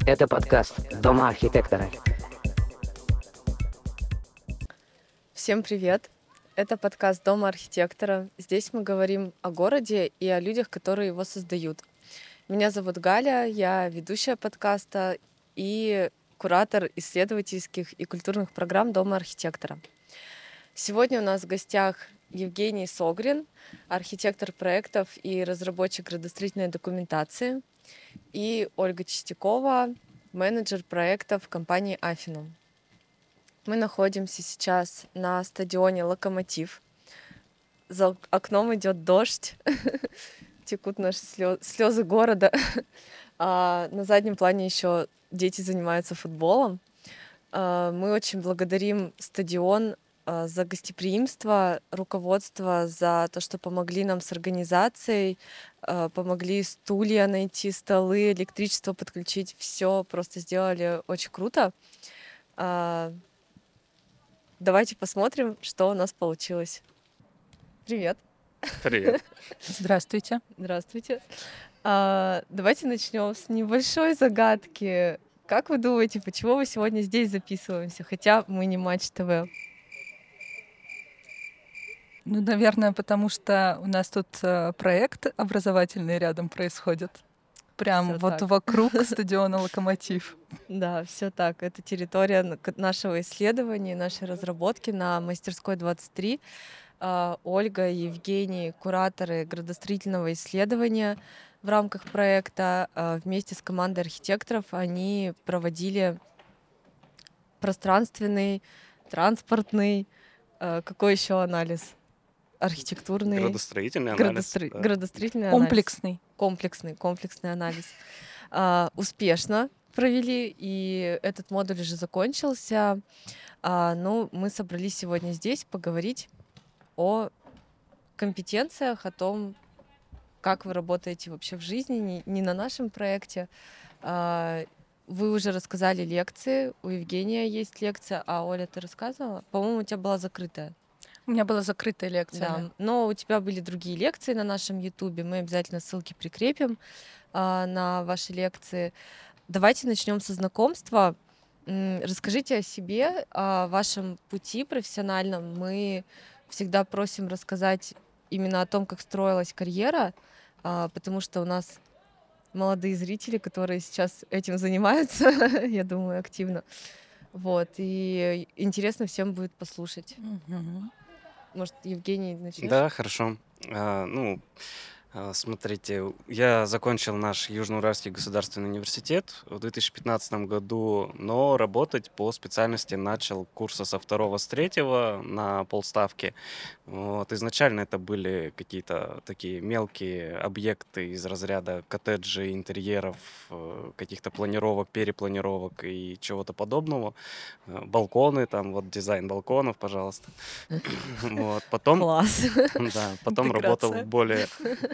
Это подкаст «Дома архитектора». Всем привет! Это подкаст «Дома архитектора». Здесь мы говорим о городе и о людях, которые его создают. Меня зовут Галя, я ведущая подкаста и куратор исследовательских и культурных программ Дома архитектора. Сегодня у нас в гостях Евгений Согрин, архитектор проектов и разработчик градостроительной документации, и Ольга Чистякова, менеджер проектов компании «Афинум». Мы находимся сейчас на стадионе «Локомотив». За окном идет дождь, текут наши слезы города. А на заднем плане еще дети занимаются футболом. Мы очень благодарим стадион за гостеприимство, руководство за то, что помогли нам с организацией, помогли стулья найти, столы, электричество подключить. Все просто сделали очень круто. Давайте посмотрим, что у нас получилось. Привет. Привет. Здравствуйте. Здравствуйте. Давайте начнем с небольшой загадки. Как вы думаете, почему мы сегодня здесь записываемся, хотя мы не Матч ТВ? Ну, наверное, потому что у нас тут проект образовательный рядом происходит. Прям Всё вот так. вокруг стадиона «Локомотив». Да, все так. Это территория нашего исследования, нашей разработки на мастерской 23. Ольга и Евгений, кураторы градостроительного исследования в рамках проекта, вместе с командой архитекторов они проводили пространственный, транспортный, какой еще анализ? Архитектурный, Градостроительный анализ. Да. градостроительный анализ. Комплексный. Комплексный анализ. Успешно провели, и этот модуль уже закончился. Ну, мы собрались сегодня здесь поговорить о компетенциях, о том, как вы работаете вообще в жизни, не на нашем проекте. Вы уже рассказали лекции, у Евгения есть лекция, а Оля, ты рассказывала? По-моему, у тебя была закрытая. У меня была закрытая лекция. Да, но у тебя были другие лекции на нашем Ютубе. Мы обязательно ссылки прикрепим на ваши лекции. Давайте начнем со знакомства. Расскажите о себе, о вашем пути профессиональном. Мы всегда просим рассказать именно о том, как строилась карьера, потому что у нас молодые зрители, которые сейчас этим занимаются, я думаю, активно. Вот, и интересно всем будет послушать. Мгм. Может, Евгений начнет? Да, хорошо. Смотрите, я закончил наш Южноуральский государственный университет в 2015 году, но работать по специальности начал курса со второго, с третьего на полставки. Вот. Изначально это были какие-то такие мелкие объекты из разряда коттеджей, интерьеров, каких-то планировок, перепланировок и чего-то подобного. Балконы, там вот дизайн балконов, пожалуйста. Вот. Потом, Класс. да, потом работал Интеграция. в более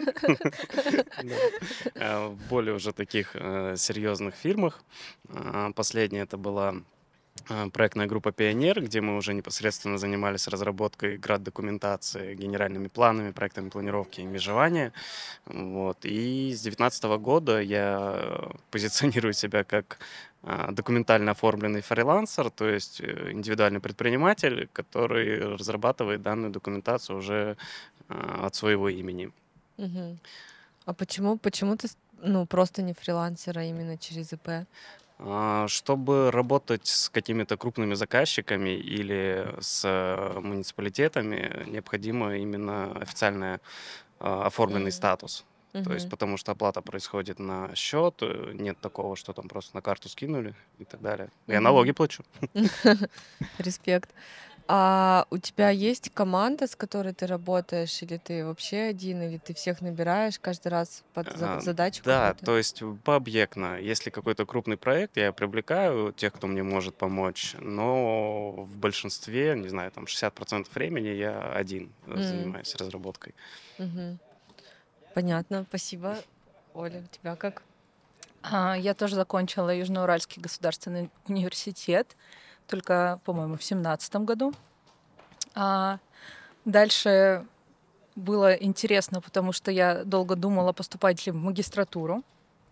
в более уже таких серьезных фирмах. Последняя это была проектная группа «Пионер», где мы уже непосредственно занимались разработкой град-документации, генеральными планами, проектами планировки и межевания. Вот. И с 2019 года я позиционирую себя как документально оформленный фрилансер, то есть индивидуальный предприниматель, который разрабатывает данную документацию уже от своего имени. Мгм. А почему ты просто не фрилансер, а именно через ИП? Чтобы работать с какими-то крупными заказчиками или с муниципалитетами, необходимо именно официально оформленный М, статус. То есть, мгм. потому что оплата происходит на счет, нет такого, что там просто на карту скинули и так далее. Я налоги Мгм. плачу. Респект. А у тебя есть команда, с которой ты работаешь, или ты вообще один, или ты всех набираешь каждый раз под А, задачу Да, какую-то? то есть пообъектно. Если какой-то крупный проект, я привлекаю тех, кто мне может помочь, но в большинстве, не знаю, там 60% времени я один М, занимаюсь разработкой. мгм. Понятно, спасибо. Оля, у тебя как? Я тоже закончила Южноуральский государственный университет, только, по-моему, в 2017 году. А Дальше было интересно, потому что я долго думала, поступать ли в магистратуру.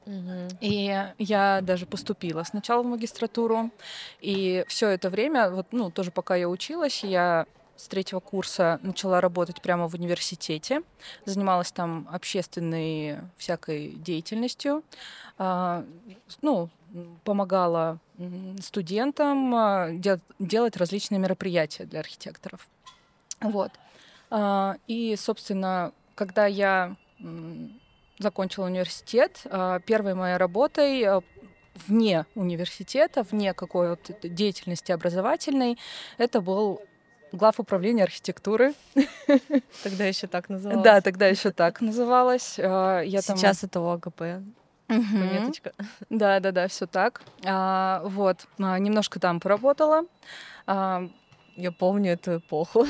Мгм. И я даже поступила сначала в магистратуру, и все это время, вот, ну, тоже пока я училась, я с третьего курса начала работать прямо в университете, занималась там общественной всякой деятельностью, а, ну, помогала студентам делать различные мероприятия для архитекторов. Вот. И, собственно, когда я закончила университет, первой моей работой вне университета, вне какой-то деятельности образовательной, это был глав управления архитектуры. Тогда еще так Да, называлось. тогда еще так называлось. Я там... Сейчас это ОАГП. Мгм. Пометочка. Да, все так. Вот, немножко там поработала. А, Я помню эту эпоху.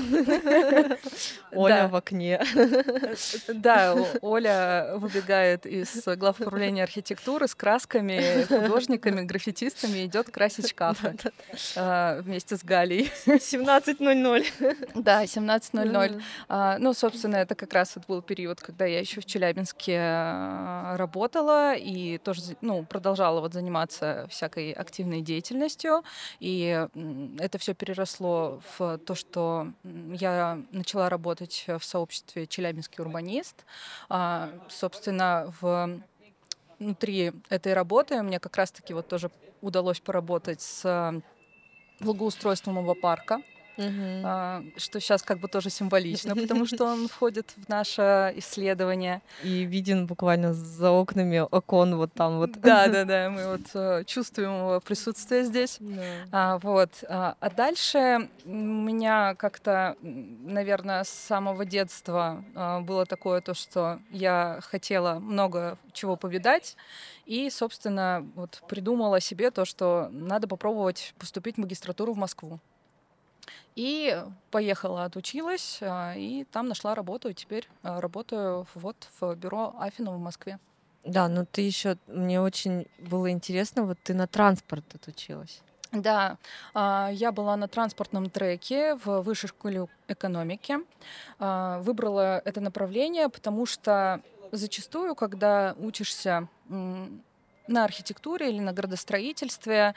Оля Да. в окне. Да, Оля выбегает из главуправления архитектуры с красками, художниками, граффитистами, идет красить шкафы вместе с Галей. 17:00. Да, 17:00. Ну, собственно, это как раз вот был период, когда я еще в Челябинске работала и тоже, ну, продолжала вот заниматься всякой активной деятельностью. И это все переросло в то, что я начала работать в сообществе «Челябинский урбанист». Собственно, внутри этой работы мне как раз-таки вот тоже удалось поработать с благоустройством парка, Мгм. что сейчас как бы тоже символично, потому что он входит в наше исследование. И виден буквально за окнами окон вот там вот. Да, мы вот чувствуем его присутствие здесь. Да. Вот. А дальше у меня как-то, наверное, с самого детства было такое то, что я хотела много чего повидать, и, собственно, вот придумала себе то, что надо попробовать поступить в магистратуру в Москву. И поехала, отучилась, и там нашла работу, и теперь работаю вот в бюро Афина в Москве. Да, но ты еще, мне очень было интересно, вот ты на транспорт отучилась. Да, я была на транспортном треке в Высшей школе экономики. Выбрала это направление, потому что зачастую, когда учишься на архитектуре или на градостроительстве,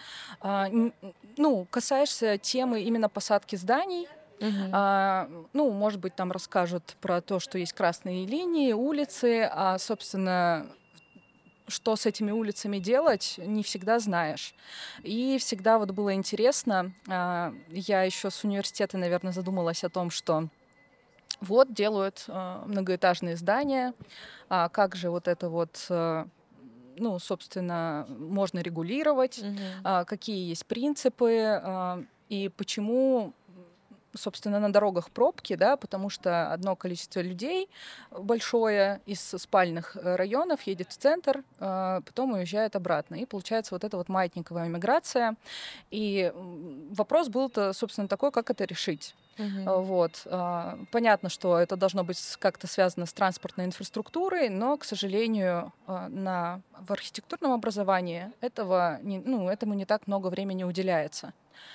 ну, касаешься темы именно посадки зданий. Ну, может быть, там расскажут про то, что есть красные линии, улицы, а, собственно, что с этими улицами делать, не всегда знаешь. И всегда вот было интересно, я еще с университета, наверное, задумалась о том, что вот делают многоэтажные здания, как же вот это вот, ну, собственно, можно регулировать, какие есть принципы, и почему, собственно, на дорогах пробки, да, потому что одно количество людей большое из спальных районов едет в центр, потом уезжает обратно. И получается вот эта вот маятниковая миграция. И вопрос был-то, собственно, такой, как это решить. Вот. Понятно, что это должно быть как-то связано с транспортной инфраструктурой, но, к сожалению, в архитектурном образовании этому не так много времени уделяется.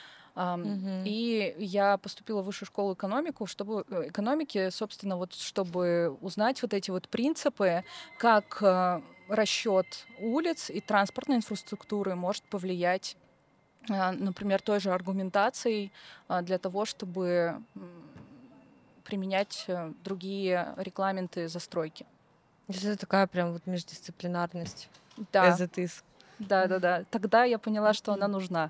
И я поступила в Высшую школу экономики, собственно, вот чтобы узнать вот эти вот принципы, как расчет улиц и транспортной инфраструктуры может повлиять, например, той же аргументацией для того, чтобы применять другие регламенты застройки. То есть это такая прям вот междисциплинарность. Да, As it is. да. Тогда я поняла, что она нужна.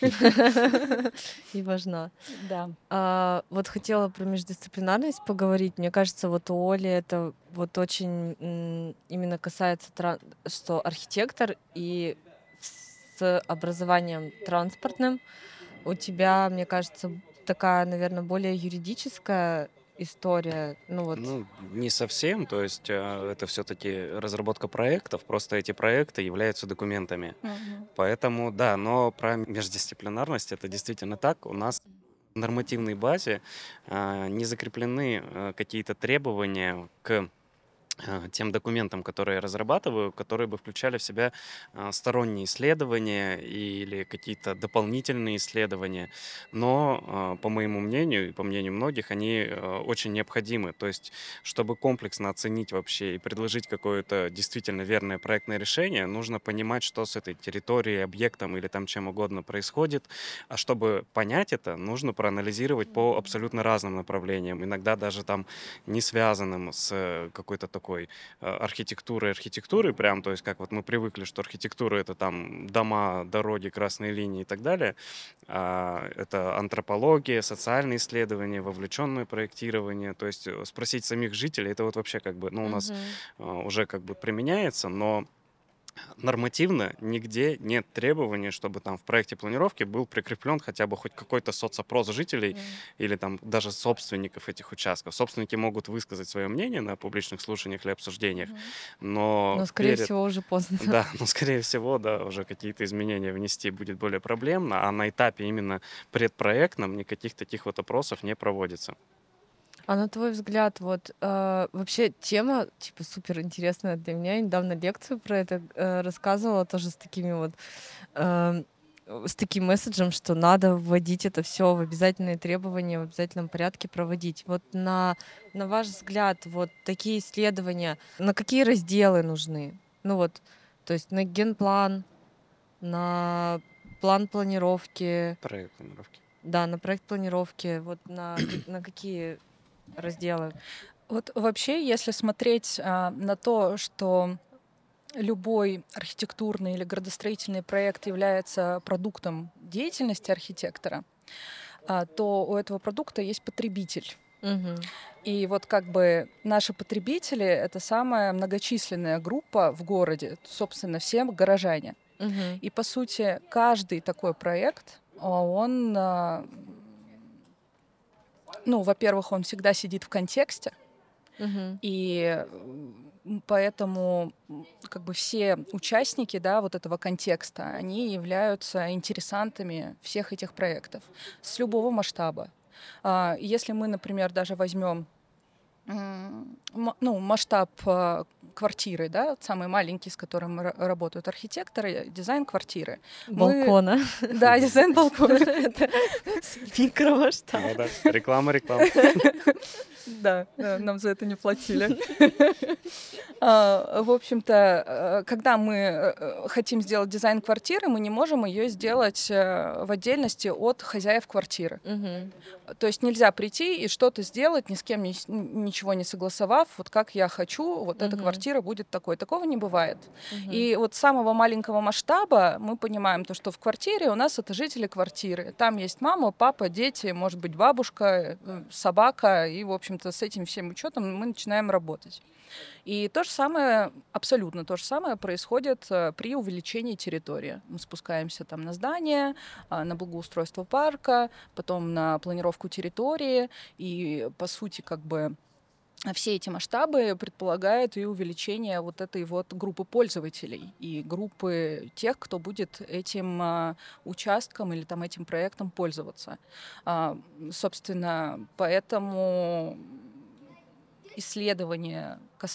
И важна. Да. Вот хотела про междисциплинарность поговорить. Мне кажется, вот у Оли это вот очень именно касается, что архитектор и с образованием транспортным у тебя, мне кажется, такая, наверное, более юридическая история. Ну вот. Ну, не совсем, то есть это все-таки разработка проектов, просто эти проекты являются документами. Поэтому, да, но про междисциплинарность это действительно так. У нас в нормативной базе не закреплены какие-то требования к тем документам, которые я разрабатываю, которые бы включали в себя сторонние исследования или какие-то дополнительные исследования. Но, по моему мнению и по мнению многих, они очень необходимы. То есть, чтобы комплексно оценить вообще и предложить какое-то действительно верное проектное решение, нужно понимать, что с этой территорией, объектом или там чем угодно происходит. А чтобы понять это, нужно проанализировать по абсолютно разным направлениям. Иногда даже там не связанным с какой-то такой архитектурой прям, то есть как вот мы привыкли, что архитектура — это там дома, дороги, красные линии и так далее. Это антропология, социальные исследования, вовлеченное проектирование. То есть спросить самих жителей, это вот вообще как бы, ну, у нас Мгм. уже как бы применяется, но нормативно нигде нет требований, чтобы там в проекте планировки был прикреплен хотя бы хоть какой-то соцопрос жителей Мгм. или там даже собственников этих участков. Собственники могут высказать свое мнение на публичных слушаниях или обсуждениях, Мгм. но Но, скорее всего, уже поздно. да, но скорее всего, да, уже какие-то изменения внести будет более проблемно, а на этапе именно предпроектном никаких таких вот опросов не проводится. А на твой взгляд, вот вообще тема типа супер интересная для меня. Я недавно лекцию про это рассказывала тоже с такими вот эм, с таким месседжем, что надо вводить это все в обязательные требования, в обязательном порядке проводить. Вот на ваш взгляд, вот такие исследования, на какие разделы нужны? Ну вот, то есть на генплан, на план планировки, Проект планировки. да, на проект планировки, вот на какие разделы? Вот вообще, если смотреть на то, что любой архитектурный или градостроительный проект является продуктом деятельности архитектора, то у этого продукта есть потребитель. Мгм. И вот как бы наши потребители — это самая многочисленная группа в городе, собственно, все горожане. Мгм. И, по сути, каждый такой проект, он, ну, во-первых, он всегда сидит в контексте, Мгм. и поэтому как бы все участники, да, вот этого контекста, они являются интересантами всех этих проектов с любого масштаба. Если мы, например, даже возьмем ну, масштаб квартиры, да, вот самый маленький, с которым работают архитекторы, дизайн квартиры. Мы, Балкона. да, дизайн балкона. Это микромасштаб. Ну да, реклама. Да, нам за это не платили. В общем-то, когда мы хотим сделать дизайн квартиры, мы не можем ее сделать в отдельности от хозяев квартиры. Мгм. То есть нельзя прийти и что-то сделать, ни с кем ничего не согласовав, вот как я хочу, вот эта Мгм. квартира будет такой. Такого не бывает. Мгм. И вот с самого маленького масштаба мы понимаем то, что в квартире у нас это жители квартиры. Там есть мама, папа, дети, может быть, бабушка, собака. И, в общем-то, с этим всем учетом мы начинаем работать. И то же самое, абсолютно то же самое происходит при увеличении территории. Мы спускаемся там на здание, на благоустройство парка, потом на планировку территории. И, по сути, как бы все эти масштабы предполагают и увеличение вот этой вот группы пользователей и группы тех, кто будет этим участком или там этим проектом пользоваться. Собственно, поэтому исследования,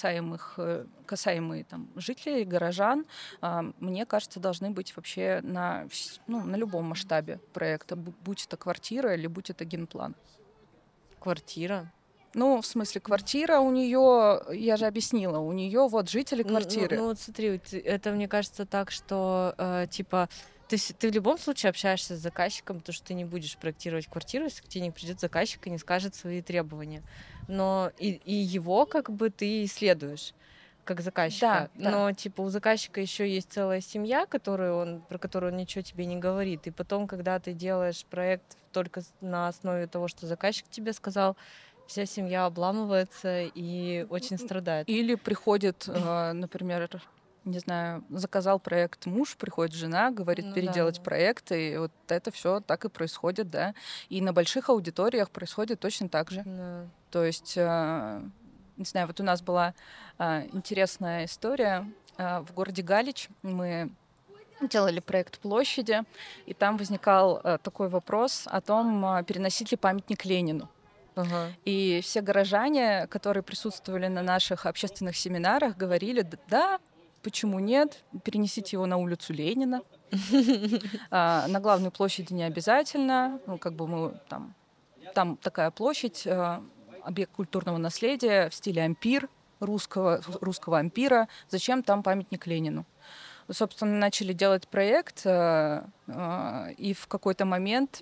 касаемые там, жителей, горожан, мне кажется, должны быть вообще на любом масштабе проекта, будь это квартира или будь это генплан. Квартира. Ну, в смысле, квартира у нее, я же объяснила, у нее вот жители Ну, квартиры. вот смотри, это мне кажется так, что типа ты в любом случае общаешься с заказчиком, потому что ты не будешь проектировать квартиру, если к тебе не придет заказчик и не скажет свои требования. Но и его как бы ты исследуешь как заказчика. Да. Но типа у заказчика еще есть целая семья, про которую он ничего тебе не говорит. И потом, когда ты делаешь проект только на основе того, что заказчик тебе сказал, вся семья обламывается и очень страдает. Или приходит, например, не знаю, заказал проект муж, приходит жена, говорит Ну переделать да. проект, и вот это все так и происходит, да. И на больших аудиториях происходит точно так же. Да. То есть, не знаю, вот у нас была интересная история в городе Галич. Мы делали проект площади, и там возникал такой вопрос о том, переносить ли памятник Ленину. Ага. И все горожане, которые присутствовали на наших общественных семинарах, говорили: да, почему нет, перенесите его на улицу Ленина, на главной площади не обязательно, ну, как бы мы там такая площадь, объект культурного наследия в стиле ампир, русского ампира, зачем там памятник Ленину? Собственно, начали делать проект, и в какой-то момент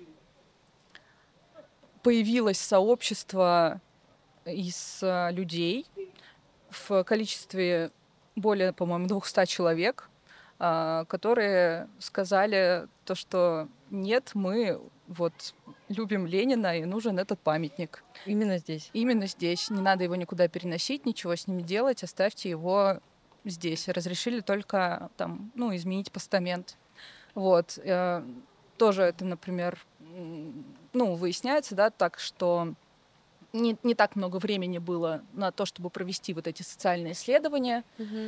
появилось сообщество из людей в количестве более, по-моему, 200 человек, которые сказали то, что нет, мы вот любим Ленина и нужен этот памятник. Именно здесь. Именно здесь. Не надо его никуда переносить, ничего с ним не делать, оставьте его здесь. Разрешили только там, ну, изменить постамент. Вот. Тоже это, например, ну, выясняется, да, так что не так много времени было на то, чтобы провести вот эти социальные исследования.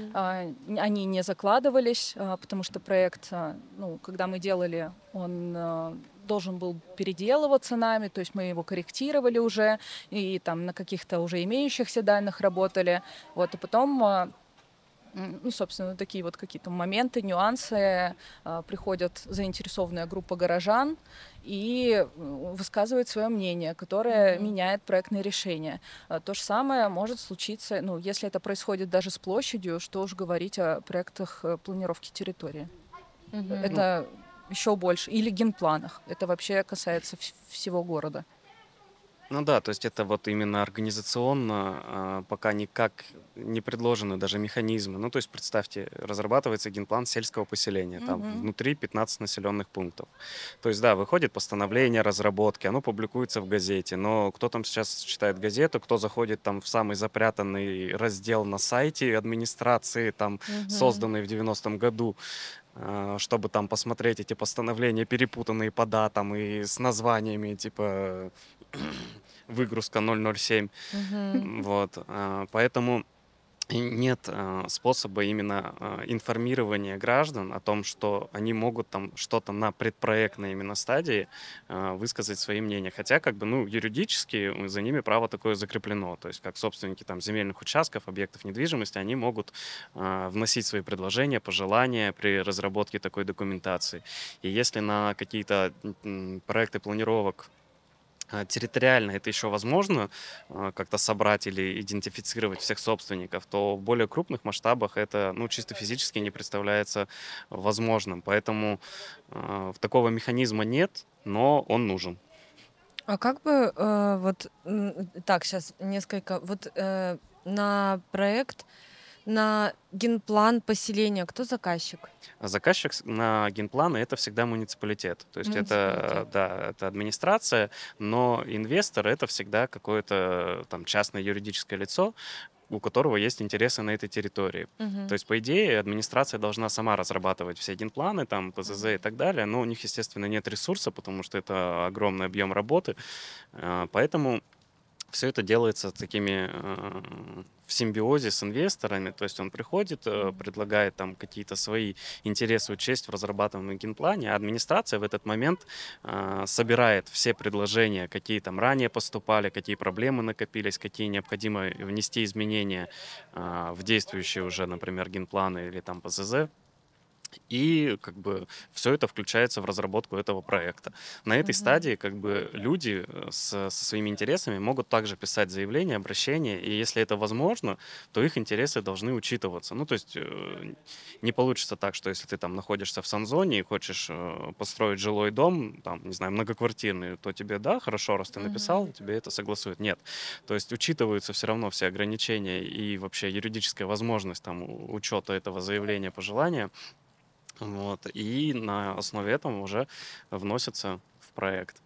Они не закладывались, потому что проект, ну, когда мы делали, он должен был переделываться нами, то есть мы его корректировали уже, и там на каких-то уже имеющихся данных работали. Вот, и потом, ну, собственно, такие вот какие-то моменты, нюансы, приходит заинтересованная группа горожан и высказывает свое мнение, которое меняет проектные решения. То же самое может случиться, ну, если это происходит даже с площадью, что уж говорить о проектах планировки территории. Это еще больше. Или генпланах. Это вообще касается всего города. Ну да, то есть это вот именно организационно пока никак не предложены даже механизмы. Ну то есть представьте, разрабатывается генплан сельского поселения, там внутри 15 населенных пунктов. То есть да, выходит постановление разработки, оно публикуется в газете, но кто там сейчас читает газету, кто заходит там в самый запрятанный раздел на сайте администрации, там созданный в 90-м году, чтобы там посмотреть эти постановления, перепутанные по датам и с названиями, типа выгрузка 007. Вот. Поэтому нет способа именно информирования граждан о том, что они могут там что-то на предпроектной именно стадии высказать свои мнения. Хотя, как бы, ну, юридически за ними право такое закреплено. То есть, как собственники там земельных участков, объектов недвижимости, они могут вносить свои предложения, пожелания при разработке такой документации. И если на какие-то проекты планировок территориально это еще возможно как-то собрать или идентифицировать всех собственников, то в более крупных масштабах это, ну, чисто физически не представляется возможным. Поэтому такого механизма нет, но он нужен. А как бы вот так сейчас несколько вот на проект, на генплан поселения кто заказчик? Заказчик на генпланы это всегда муниципалитет. То есть это, Муниципалитет. да, это администрация, но инвестор это всегда какое-то там частное юридическое лицо, у которого есть интересы на этой территории. То есть, по идее, администрация должна сама разрабатывать все генпланы, там, ПЗЗ и так далее, но у них, естественно, нет ресурса, потому что это огромный объем работы. Поэтому все это делается такими в симбиозе с инвесторами, то есть он приходит, предлагает там какие-то свои интересы учесть в разрабатываемом генплане, а администрация в этот момент собирает все предложения, какие там ранее поступали, какие проблемы накопились, какие необходимо внести изменения в действующие уже, например, генпланы или там ПЗЗ. И как бы все это включается в разработку этого проекта. На этой стадии как бы люди со своими интересами могут также писать заявления, обращения, и если это возможно, то их интересы должны учитываться. Ну, то есть не получится так, что если ты там находишься в санзоне и хочешь построить жилой дом, там, не знаю, многоквартирный, то тебе, да, хорошо, раз ты написал, тебе это согласуют. Нет. То есть учитываются все равно все ограничения и вообще юридическая возможность там учета этого заявления, пожелания. Вот, и на основе этого уже вносится в проект.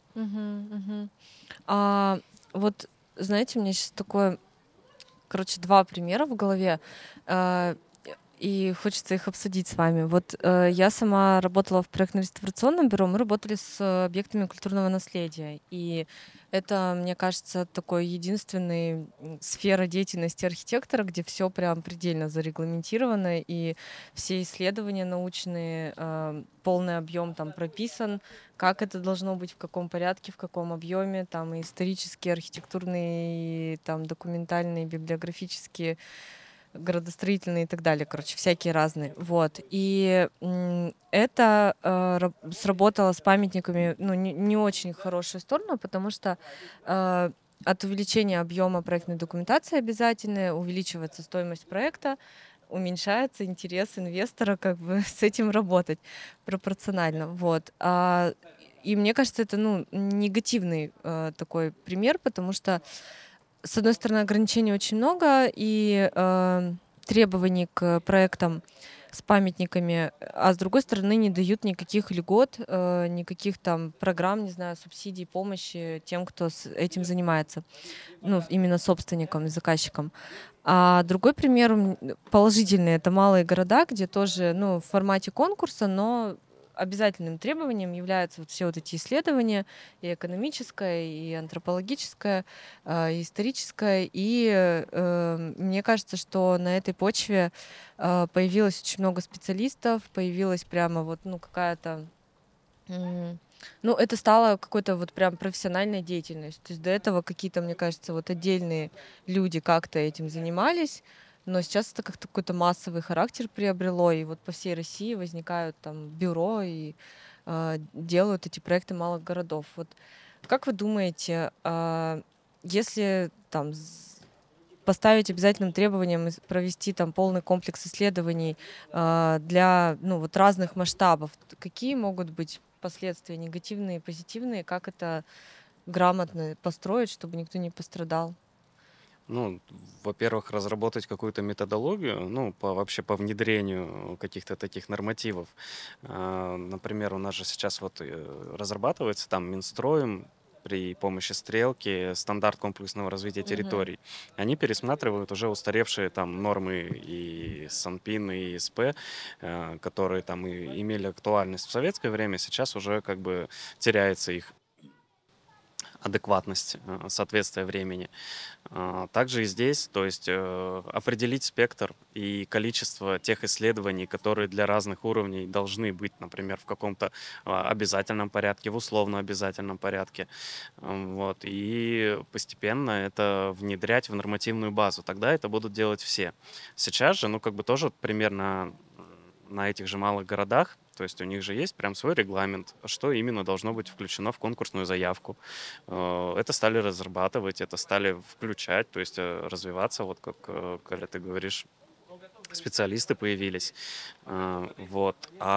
А вот, знаете, у меня сейчас такое, короче, два примера в голове. и хочется их обсудить с вами. Вот я сама работала в проектно-реставрационном бюро, мы работали с объектами культурного наследия, и это, мне кажется, такой единственный сфера деятельности архитектора, где все прям предельно зарегламентировано, и все исследования научные, полный объем там прописан, как это должно быть, в каком порядке, в каком объеме, там и исторические, архитектурные, и, там документальные, библиографические, градостроительные и так далее, короче, всякие разные. Вот. И это сработало с памятниками, ну, не очень хорошую сторону, потому что от увеличения объема проектной документации обязательно увеличивается стоимость проекта, уменьшается интерес инвестора как бы с этим работать пропорционально. Вот. И мне кажется, это негативный такой пример, потому что с одной стороны, ограничений очень много, и требований к проектам с памятниками, а с другой стороны, не дают никаких льгот, никаких там программ, не знаю, субсидий, помощи тем, кто этим занимается, ну, именно собственникам и заказчикам. А другой пример положительный — это малые города, где тоже, ну, в формате конкурса, но обязательным требованием являются вот все вот эти исследования, и экономическое, и антропологическое, и историческое. И мне кажется, что на этой почве появилось очень много специалистов, появилась прямо вот, ну, какая-то... Ну, это стало какой-то вот прям профессиональной деятельностью. То есть до этого какие-то, мне кажется, вот отдельные люди как-то этим занимались, но сейчас это как-то какой-то массовый характер приобрело, и вот по всей России возникают там бюро и делают эти проекты малых городов. Вот как вы думаете, если там поставить обязательным требованием провести там полный комплекс исследований для, ну, вот разных масштабов, какие могут быть последствия, негативные, позитивные, как это грамотно построить, чтобы никто не пострадал? Ну, во-первых, разработать какую-то методологию, ну, вообще по внедрению каких-то таких нормативов. Например, у нас же сейчас вот разрабатывается там Минстроем при помощи стрелки стандарт комплексного развития территорий. Они пересматривают уже устаревшие там нормы и СанПин, и СП, которые там и имели актуальность в советское время, сейчас уже как бы теряется их адекватность, соответствие времени. Также и здесь, то есть определить спектр и количество тех исследований, которые для разных уровней должны быть, например, в каком-то обязательном порядке, в условно обязательном порядке. Вот. И постепенно это внедрять в нормативную базу. Тогда это будут делать все. Сейчас же, ну, как бы тоже примерно на этих же малых городах, то есть у них же есть прям свой регламент, что именно должно быть включено в конкурсную заявку. Это стали разрабатывать, это стали включать, то есть развиваться, вот как, Коля, ты говоришь, специалисты появились. Вот.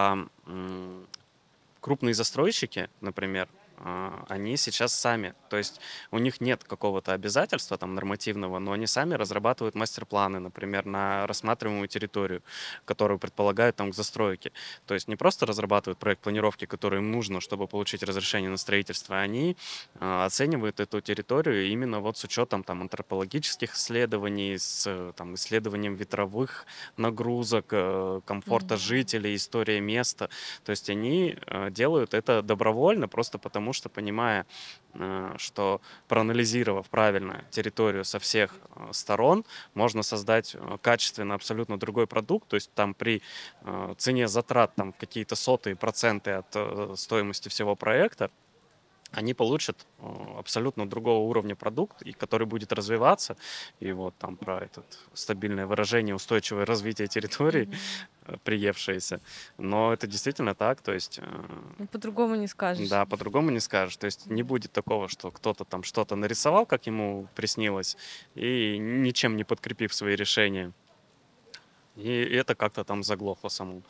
Крупные застройщики, например, они сейчас сами, то есть у них нет какого-то обязательства там нормативного, но они сами разрабатывают мастер-планы, например, на рассматриваемую территорию, которую предполагают там к застройке. То есть не просто разрабатывают проект планировки, который им нужно, чтобы получить разрешение на строительство, они оценивают эту территорию именно вот с учетом там антропологических исследований, с там исследованием ветровых нагрузок, комфорта жителей, история места. То есть они делают это добровольно, просто потому что, понимая, что проанализировав правильно территорию со всех сторон, можно создать качественно абсолютно другой продукт. То есть там при цене затрат там, в какие-то сотые проценты от стоимости всего проекта они получат абсолютно другого уровня продукт, и который будет развиваться. И вот там про это стабильное выражение, устойчивое развитие территорий, приевшееся. Но это действительно так, то есть... По-другому не скажешь. Да, по-другому не скажешь. То есть не будет такого, что кто-то там что-то нарисовал, как ему приснилось, и ничем не подкрепив свои решения. И это как-то там заглохло само.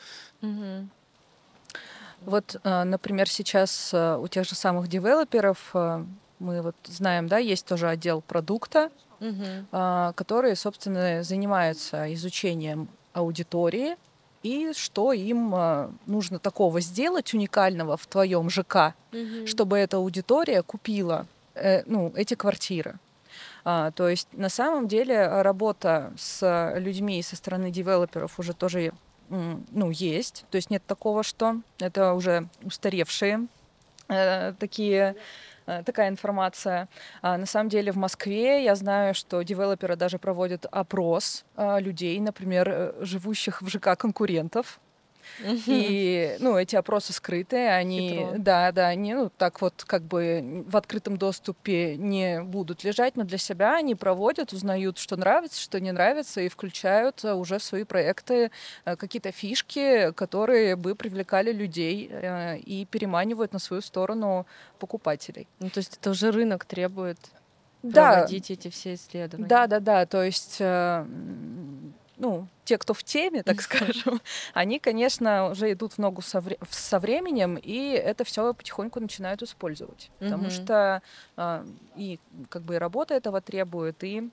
Вот, например, сейчас у тех же самых девелоперов мы вот знаем, да, есть тоже отдел продукта, которые, собственно, занимаются изучением аудитории и что им нужно такого сделать уникального в твоем ЖК, чтобы эта аудитория купила эти квартиры. То есть на самом деле работа с людьми со стороны девелоперов уже тоже есть. То есть нет такого, что это уже устаревшие такая информация. На самом деле в Москве я знаю, что девелоперы даже проводят опрос людей, например, живущих в ЖК конкурентов. И, эти опросы скрытые, они, Хитро. да, они, так вот как бы в открытом доступе не будут лежать, но для себя они проводят, узнают, что нравится, что не нравится, и включают уже в свои проекты какие-то фишки, которые бы привлекали людей и переманивают на свою сторону покупателей. Ну, то есть это уже рынок требует Да, проводить эти все исследования. да, то есть те, кто в теме, так скажем, они, конечно, уже идут в ногу со временем, и это все потихоньку начинают использовать. Потому что и как бы и работа этого требует, и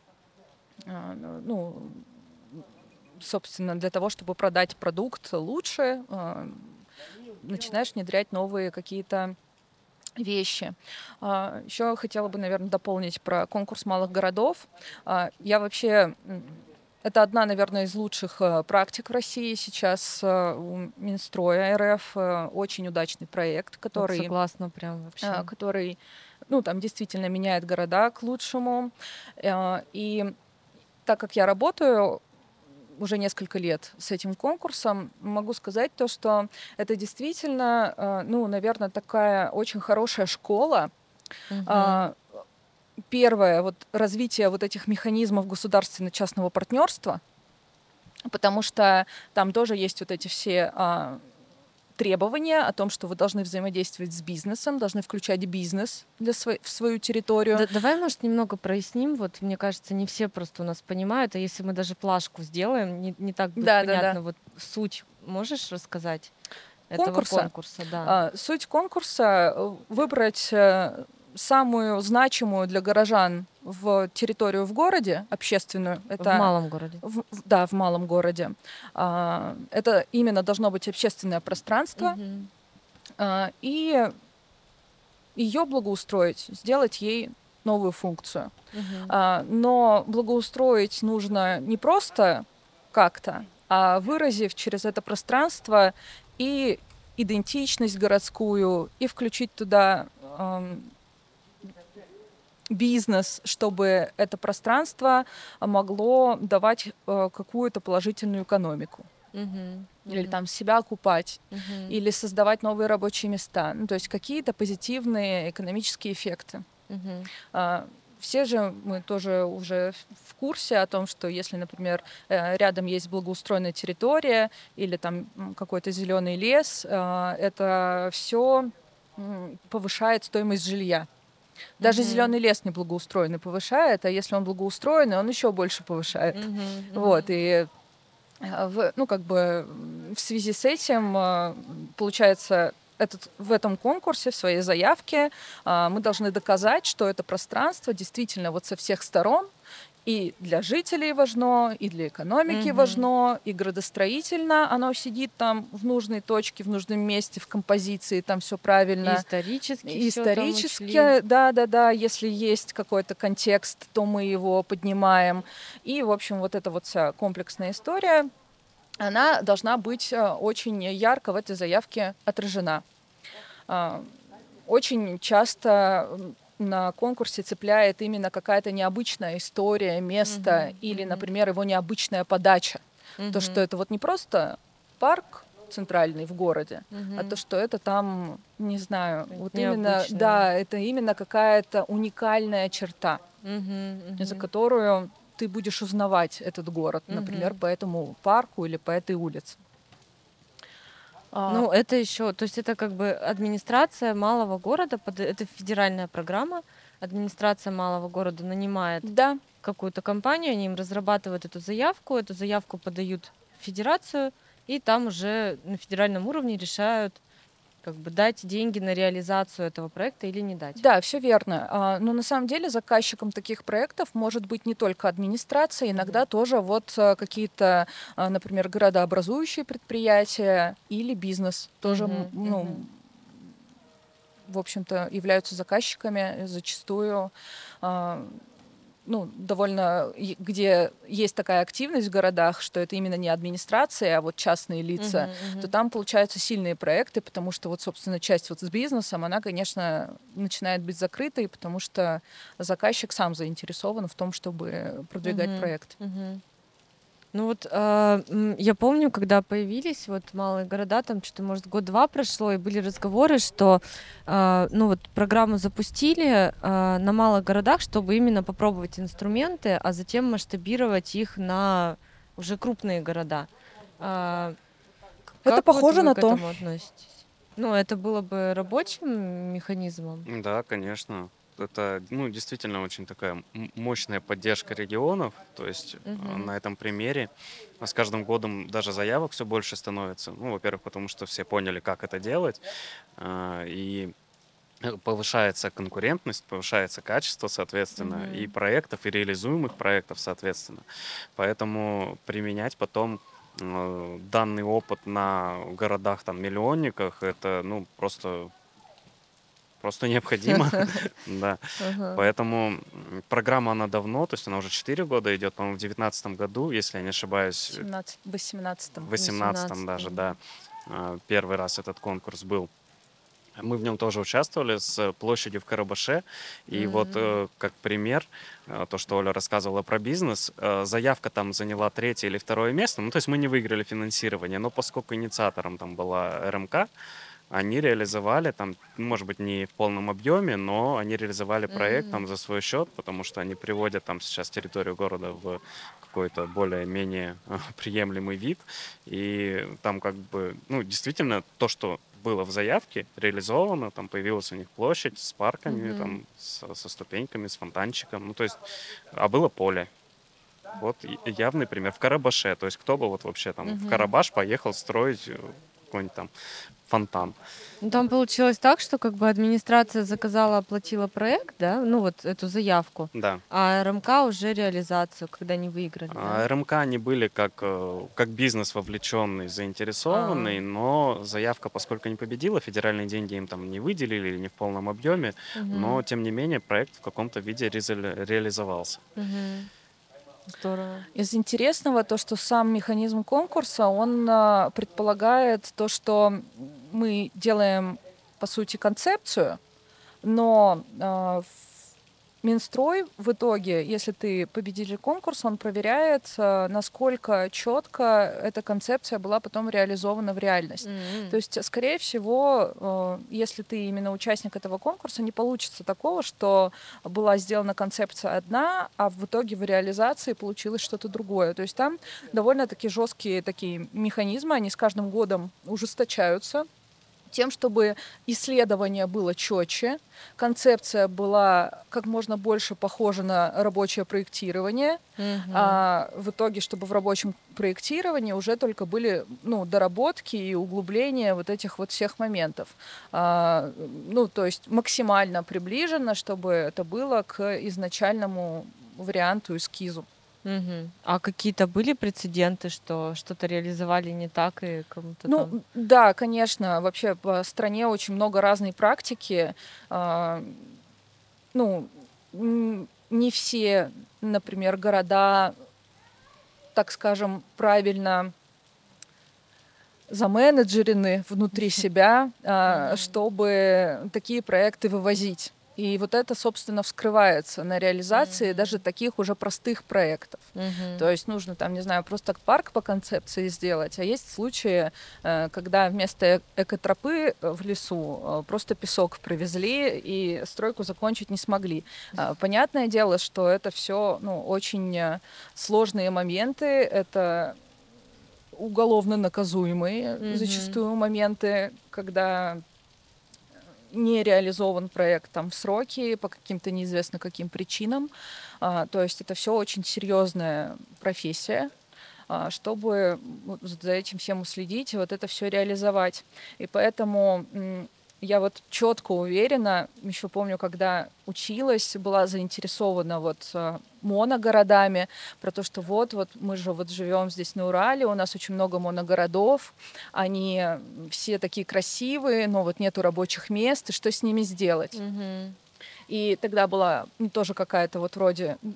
собственно, для того, чтобы продать продукт лучше, начинаешь внедрять новые какие-то вещи. Еще хотела бы, наверное, дополнить про конкурс малых городов. Я вообще... Это одна, наверное, из лучших практик в России сейчас у Минстроя РФ. Очень удачный проект, который... Вот согласна прям вообще. Который, там действительно меняет города к лучшему. И так как я работаю уже несколько лет с этим конкурсом, могу сказать то, что это действительно, наверное, такая очень хорошая школа. Первое, вот развитие вот этих механизмов государственно-частного партнерства, потому что там тоже есть вот эти все требования о том, что вы должны взаимодействовать с бизнесом, должны включать бизнес в свою территорию. Давай, может, немного проясним. Вот, мне кажется, не все просто у нас понимают, а если мы даже плашку сделаем, не так будет понятно. Вот суть можешь рассказать этого конкурса? Да. Суть конкурса — выбрать самую значимую для горожан в территорию в городе, общественную. Это в малом городе. В малом городе. Это именно должно быть общественное пространство. И ее благоустроить, сделать ей новую функцию. Но благоустроить нужно не просто как-то, а выразив через это пространство и идентичность городскую, и включить туда бизнес, чтобы это пространство могло давать какую-то положительную экономику. Или там себя окупать, или создавать новые рабочие места. То есть какие-то позитивные экономические эффекты. Все же мы тоже уже в курсе о том, что если, например, рядом есть благоустроенная территория или там какой-то зеленый лес, это все повышает стоимость жилья. Даже зеленый лес не благоустроенный повышает, а если он благоустроенный, он еще больше повышает. Вот, и в связи с этим, получается, в этом конкурсе, в своей заявке мы должны доказать, что это пространство действительно вот со всех сторон и для жителей важно, и для экономики важно, и градостроительно оно сидит там в нужной точке, в нужном месте, в композиции, там все правильно. Исторически, да. Если есть какой-то контекст, то мы его поднимаем. И, в общем, вот эта вот вся комплексная история, она должна быть очень ярко в этой заявке отражена. Очень часто на конкурсе цепляет именно какая-то необычная история, место или, например, его необычная подача. То, что это вот не просто парк центральный в городе, а то, что это там, не знаю, вот именно, это именно какая-то уникальная черта, за которую ты будешь узнавать этот город, например, по этому парку или по этой улице. Это еще, то есть это как бы администрация малого города, это федеральная программа, администрация малого города нанимает какую-то компанию, они им разрабатывают эту заявку подают в федерацию, и там уже на федеральном уровне решают, как бы дать деньги на реализацию этого проекта или не дать. Да, все верно. Но на самом деле заказчиком таких проектов может быть не только администрация, иногда тоже вот какие-то, например, городообразующие предприятия или бизнес тоже, в общем-то, являются заказчиками зачастую. довольно, где есть такая активность в городах, что это именно не администрация, а вот частные лица, то там получаются сильные проекты, потому что вот, собственно, часть вот с бизнесом, она, конечно, начинает быть закрытой, потому что заказчик сам заинтересован в том, чтобы продвигать проект. Ну вот я помню, когда появились вот малые города, там что-то, может, год-два прошло, и были разговоры, что ну вот программу запустили на малых городах, чтобы именно попробовать инструменты, а затем масштабировать их на уже крупные города. Это Как похоже вот вы на к то. этому относитесь? Ну, это было бы рабочим механизмом? Да, конечно. Это, ну, действительно очень такая мощная поддержка регионов. То есть на этом примере с каждым годом даже заявок все больше становится. Ну, во-первых, потому что все поняли, как это делать. И повышается конкурентность, повышается качество, соответственно, и проектов, и реализуемых проектов, соответственно. Поэтому применять потом данный опыт на городах, там, миллионниках, это, ну, просто необходимо. Да. Поэтому программа, она давно, то есть она уже 4 года идет, по-моему, в 2019 году, если я не ошибаюсь, В 18-м. в 18 даже, да, первый раз этот конкурс был. Мы в нем тоже участвовали с площадью в Карабаше. И вот как пример, то, что Оля рассказывала про бизнес, заявка там заняла 3-е или 2-е место. Ну, то есть мы не выиграли финансирование, но поскольку инициатором там была РМК, они реализовали там, может быть, не в полном объеме, но они реализовали проект там за свой счет, потому что они приводят там сейчас территорию города в какой-то более-менее приемлемый вид. И там как бы, ну, действительно, то, что было в заявке, реализовано, там появилась у них площадь с парками, там, со ступеньками, с фонтанчиком, ну, то есть, а было поле. Вот явный пример. В Карабаше, то есть кто бы вот вообще там в Карабаш поехал строить какой-нибудь там фонтан. Ну, там получилось так, что как бы администрация заказала, оплатила проект, да, ну вот эту заявку, Да. а РМК уже реализацию, когда они выиграли, да? РМК, они были как бизнес вовлеченный, заинтересованный, но заявка, поскольку не победила, федеральные деньги им там не выделили или не в полном объеме, но тем не менее проект в каком-то виде реализовался. Здорово. Из интересного то, что сам механизм конкурса, он предполагает то, что мы делаем, по сути, концепцию, но Минстрой в итоге, если ты победитель конкурса, он проверяет, насколько четко эта концепция была потом реализована в реальность. То есть, скорее всего, если ты именно участник этого конкурса, не получится такого, что была сделана концепция одна, а в итоге в реализации получилось что-то другое. То есть там довольно-таки жесткие такие механизмы, они с каждым годом ужесточаются тем, чтобы исследование было четче, концепция была как можно больше похожа на рабочее проектирование, а в итоге, чтобы в рабочем проектировании уже только были доработки и углубления вот этих вот всех моментов. То есть максимально приближенно, чтобы это было к изначальному варианту, эскизу. А какие-то были прецеденты, что что-то реализовали не так и кому-то там? Да, конечно. Вообще по стране очень много разной практики. Не все, например, города, так скажем, правильно заменеджерены внутри себя, чтобы такие проекты вывозить. И вот это, собственно, вскрывается на реализации даже таких уже простых проектов. То есть нужно там, не знаю, просто парк по концепции сделать, а есть случаи, когда вместо экотропы в лесу просто песок привезли и стройку закончить не смогли. Понятное дело, что это все очень сложные моменты, это уголовно наказуемые зачастую моменты, когда не реализован проект там в сроки по каким-то неизвестно каким причинам. То есть это все очень серьезная профессия, чтобы за этим всем уследить и вот это все реализовать. И поэтому я вот четко уверена, еще помню, когда училась, была заинтересована вот моногородами, про то, что вот мы же вот живем здесь на Урале, у нас очень много моногородов, они все такие красивые, но вот нету рабочих мест, и что с ними сделать? И тогда была тоже какая-то вот вроде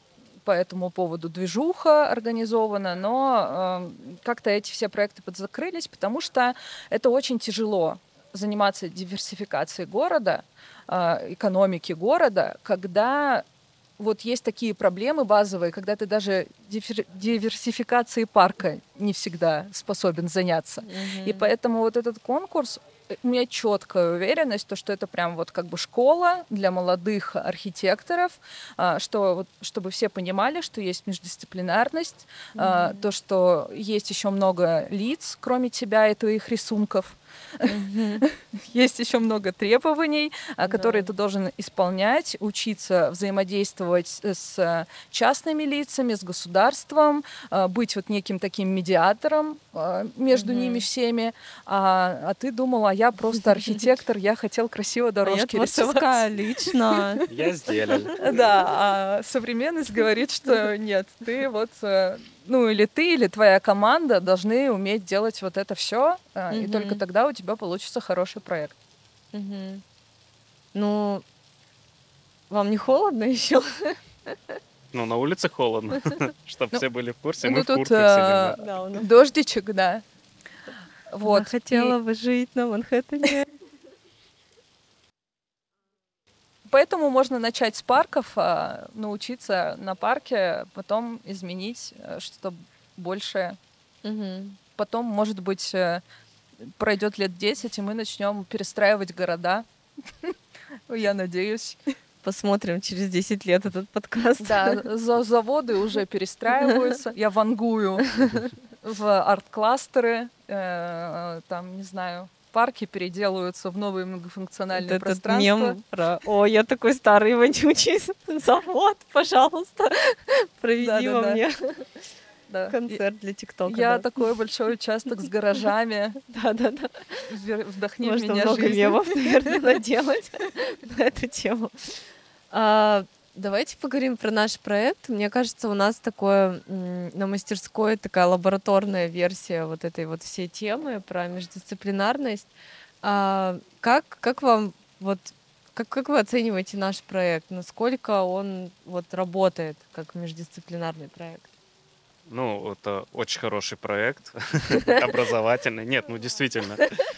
по этому поводу движуха организована, но как-то эти все проекты подзакрылись, потому что это очень тяжело заниматься диверсификацией города, экономики города, когда вот есть такие проблемы базовые, когда ты даже диверсификацией парка не всегда способен заняться. И поэтому вот этот конкурс, у меня четкая уверенность, то, что это прям вот как бы школа для молодых архитекторов, что вот, чтобы все понимали, что есть междисциплинарность, то, что есть еще много лиц, кроме тебя и твоих рисунков. Есть еще много требований, которые ты должен исполнять, учиться взаимодействовать с частными лицами, с государством, быть вот неким таким медиатором между ними всеми. А ты думала, я просто архитектор, я хотел красиво дорожки рисовать. лично. Я сделал. Да, а современность говорит, что нет, ты вот, ну или ты, или твоя команда должны уметь делать вот это все, и только тогда у тебя получится хороший проект. Ну, вам не холодно еще? Ну, на улице холодно, чтобы все были в курсе. Мы Ну в тут куртках сидим. Да, у нас дождичек, да. Вот. хотела бы жить на Манхэттене. Поэтому можно начать с парков, научиться на парке, потом изменить что-то большее. Потом, может быть, пройдет лет 10, и мы начнем перестраивать города. Я надеюсь. Посмотрим через 10 лет этот подкаст. Да, заводы уже перестраиваются. Я вангую в арт-кластеры, там, не знаю, парки переделываются в новые многофункциональные Этот пространства. мем про «О, я такой старый вонючий завод, пожалуйста, проведи во мне Да. концерт для ТикТока». Я да. такой большой участок с гаражами. Да-да-да. Вдохни в Можно меня много жизнь. мемов, наверное, наделать на эту тему. Давайте поговорим про наш проект. Мне кажется, у нас такое на мастерской такая лабораторная версия вот этой вот всей темы про междисциплинарность. Как вам вот как вы оцениваете наш проект? Насколько он вот работает как междисциплинарный проект? Ну, это очень хороший проект, образовательный. Нет, ну действительно,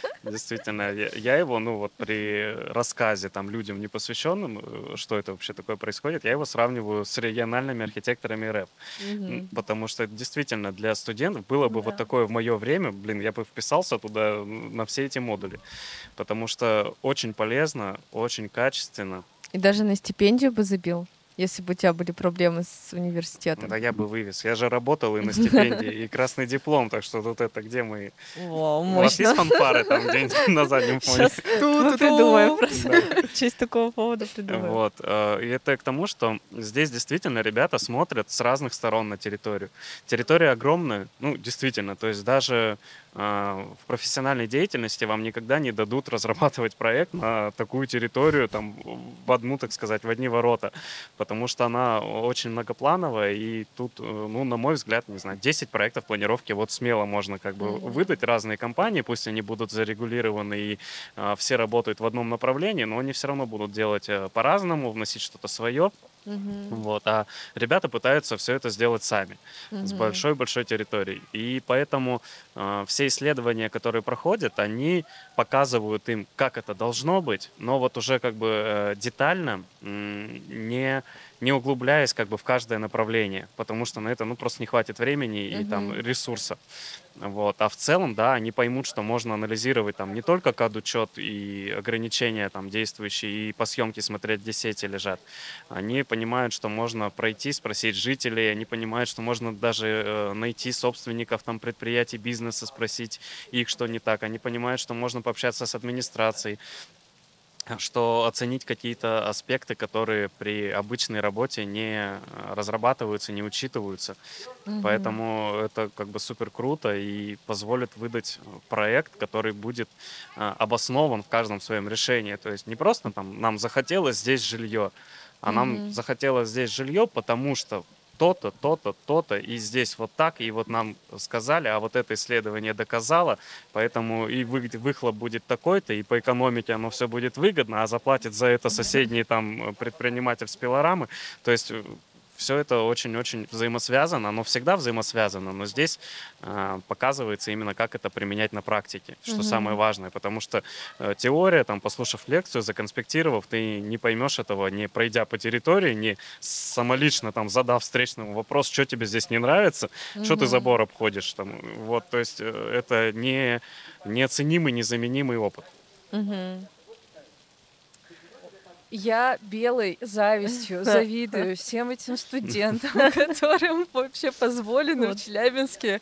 я его, ну вот при рассказе там людям непосвященным, что это вообще такое происходит, я его сравниваю с региональными архитекторами РФ. Потому что это действительно для студентов было бы вот такое в мое время, блин, я бы вписался туда на все эти модули. Потому что очень полезно, очень качественно. И даже на стипендию бы забил, если бы у тебя были проблемы с университетом. Да я бы вывез. Я же работал и на стипендии, и красный диплом, так что тут это где мы... О, У вас есть мощно. фанфары там где-нибудь на заднем фоне? Сейчас мы придумаем просто. В честь такого повода придумаем. Вот. И это к тому, что здесь действительно ребята смотрят с разных сторон на территорию. Территория огромная, ну, действительно. То есть даже в профессиональной деятельности вам никогда не дадут разрабатывать проект на такую территорию, там, в одну, так сказать, в одни ворота. Потому что она очень многоплановая, и тут, ну, на мой взгляд, не знаю, 10 проектов планировки вот смело можно как бы выдать разные компании, пусть они будут зарегулированы и все работают в одном направлении, но они все равно будут делать по-разному, вносить что-то свое. Вот. А ребята пытаются все это сделать сами, с большой-большой территорией. И поэтому все исследования, которые проходят, они показывают им, как это должно быть, но вот уже как бы детально, не углубляясь как бы в каждое направление, потому что на это, ну, просто не хватит времени и там ресурсов. Вот. А в целом, да, они поймут, что можно анализировать там не только CAD-учет и ограничения там действующие, и по съемке смотреть, где сети лежат. Они понимают, что можно пройти, спросить жителей, они понимают, что можно даже найти собственников там предприятий, бизнеса, спросить их, что не так. Они понимают, что можно пообщаться с администрацией, что оценить какие-то аспекты, которые при обычной работе не разрабатываются, не учитываются. Поэтому это как бы супер круто и позволит выдать проект, который будет обоснован в каждом своем решении. То есть не просто там нам захотелось здесь жилье, а нам захотелось здесь жилье, потому что то-то, то-то, то-то, и здесь вот так, и вот нам сказали, а вот это исследование доказало, поэтому и выхлоп будет такой-то, и по экономике оно все будет выгодно, а заплатит за это соседний там предприниматель с пилорамы. То есть все это очень-очень взаимосвязано, оно всегда взаимосвязано, но здесь показывается именно, как это применять на практике, что самое важное, потому что теория, там, послушав лекцию, законспектировав, ты не поймешь этого, не пройдя по территории, не самолично там задав встречному вопрос, что тебе здесь не нравится, что ты забор обходишь, там, вот, то есть это неоценимый, незаменимый опыт. Я белой завистью завидую всем этим студентам, которым вообще позволено в Челябинске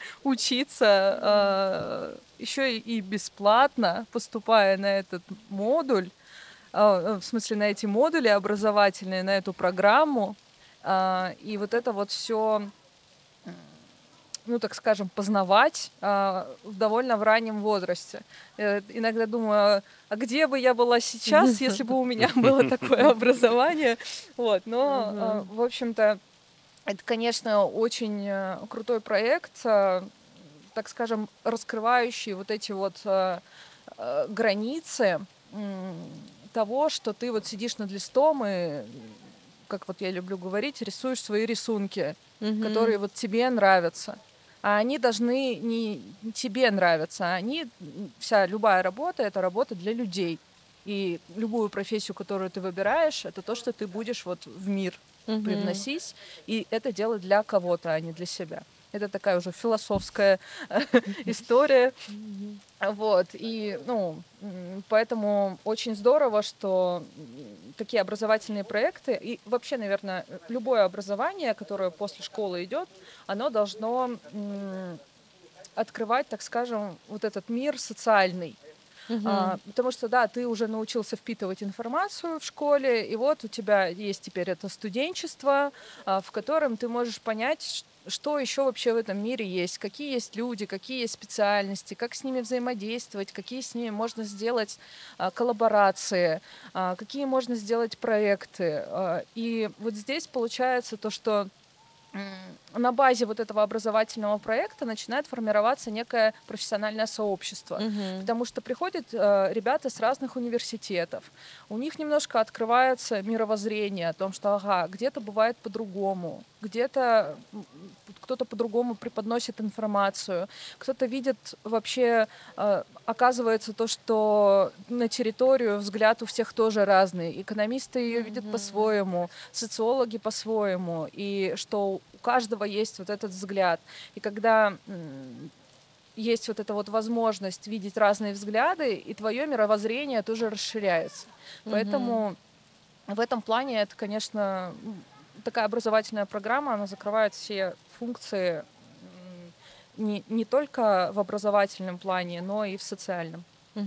учиться еще и бесплатно, поступая на этот модуль, в смысле на эти модули образовательные, на эту программу. И вот это вот все, ну, так скажем, познавать довольно в раннем возрасте. Я иногда думаю, а где бы я была сейчас, если бы у меня было такое образование? Вот, но, в общем-то, это, конечно, очень крутой проект, так скажем, раскрывающий вот эти вот границы того, что ты вот сидишь над листом и, как вот я люблю говорить, рисуешь свои рисунки, которые вот тебе нравятся. А они должны не тебе нравиться, любая работа — это работа для людей. И любую профессию, которую ты выбираешь, это то, что ты будешь вот в мир привносить, и это делать для кого-то, а не для себя. Это такая уже философская история. Вот, и, ну, поэтому очень здорово, что такие образовательные проекты, и вообще, наверное, любое образование, которое после школы идет, оно должно открывать, так скажем, вот этот мир социальный. Потому что, да, ты уже научился впитывать информацию в школе, и вот у тебя есть теперь это студенчество, в котором ты можешь понять, что еще вообще в этом мире есть, какие есть люди, какие есть специальности, как с ними взаимодействовать, какие с ними можно сделать коллаборации, какие можно сделать проекты. И вот здесь получается то, что на базе вот этого образовательного проекта начинает формироваться некое профессиональное сообщество, потому что приходят ребята с разных университетов, у них немножко открывается мировоззрение о том, что где-то бывает по-другому, где-то кто-то по-другому преподносит информацию, кто-то видит вообще, оказывается, то, что на территорию взгляд у всех тоже разный, экономисты ее видят по-своему, социологи по-своему, и что у каждого есть вот этот взгляд. И когда есть вот эта вот возможность видеть разные взгляды, и твое мировоззрение тоже расширяется. Поэтому в этом плане это, конечно, такая образовательная программа, она закрывает все функции не только в образовательном плане, но и в социальном.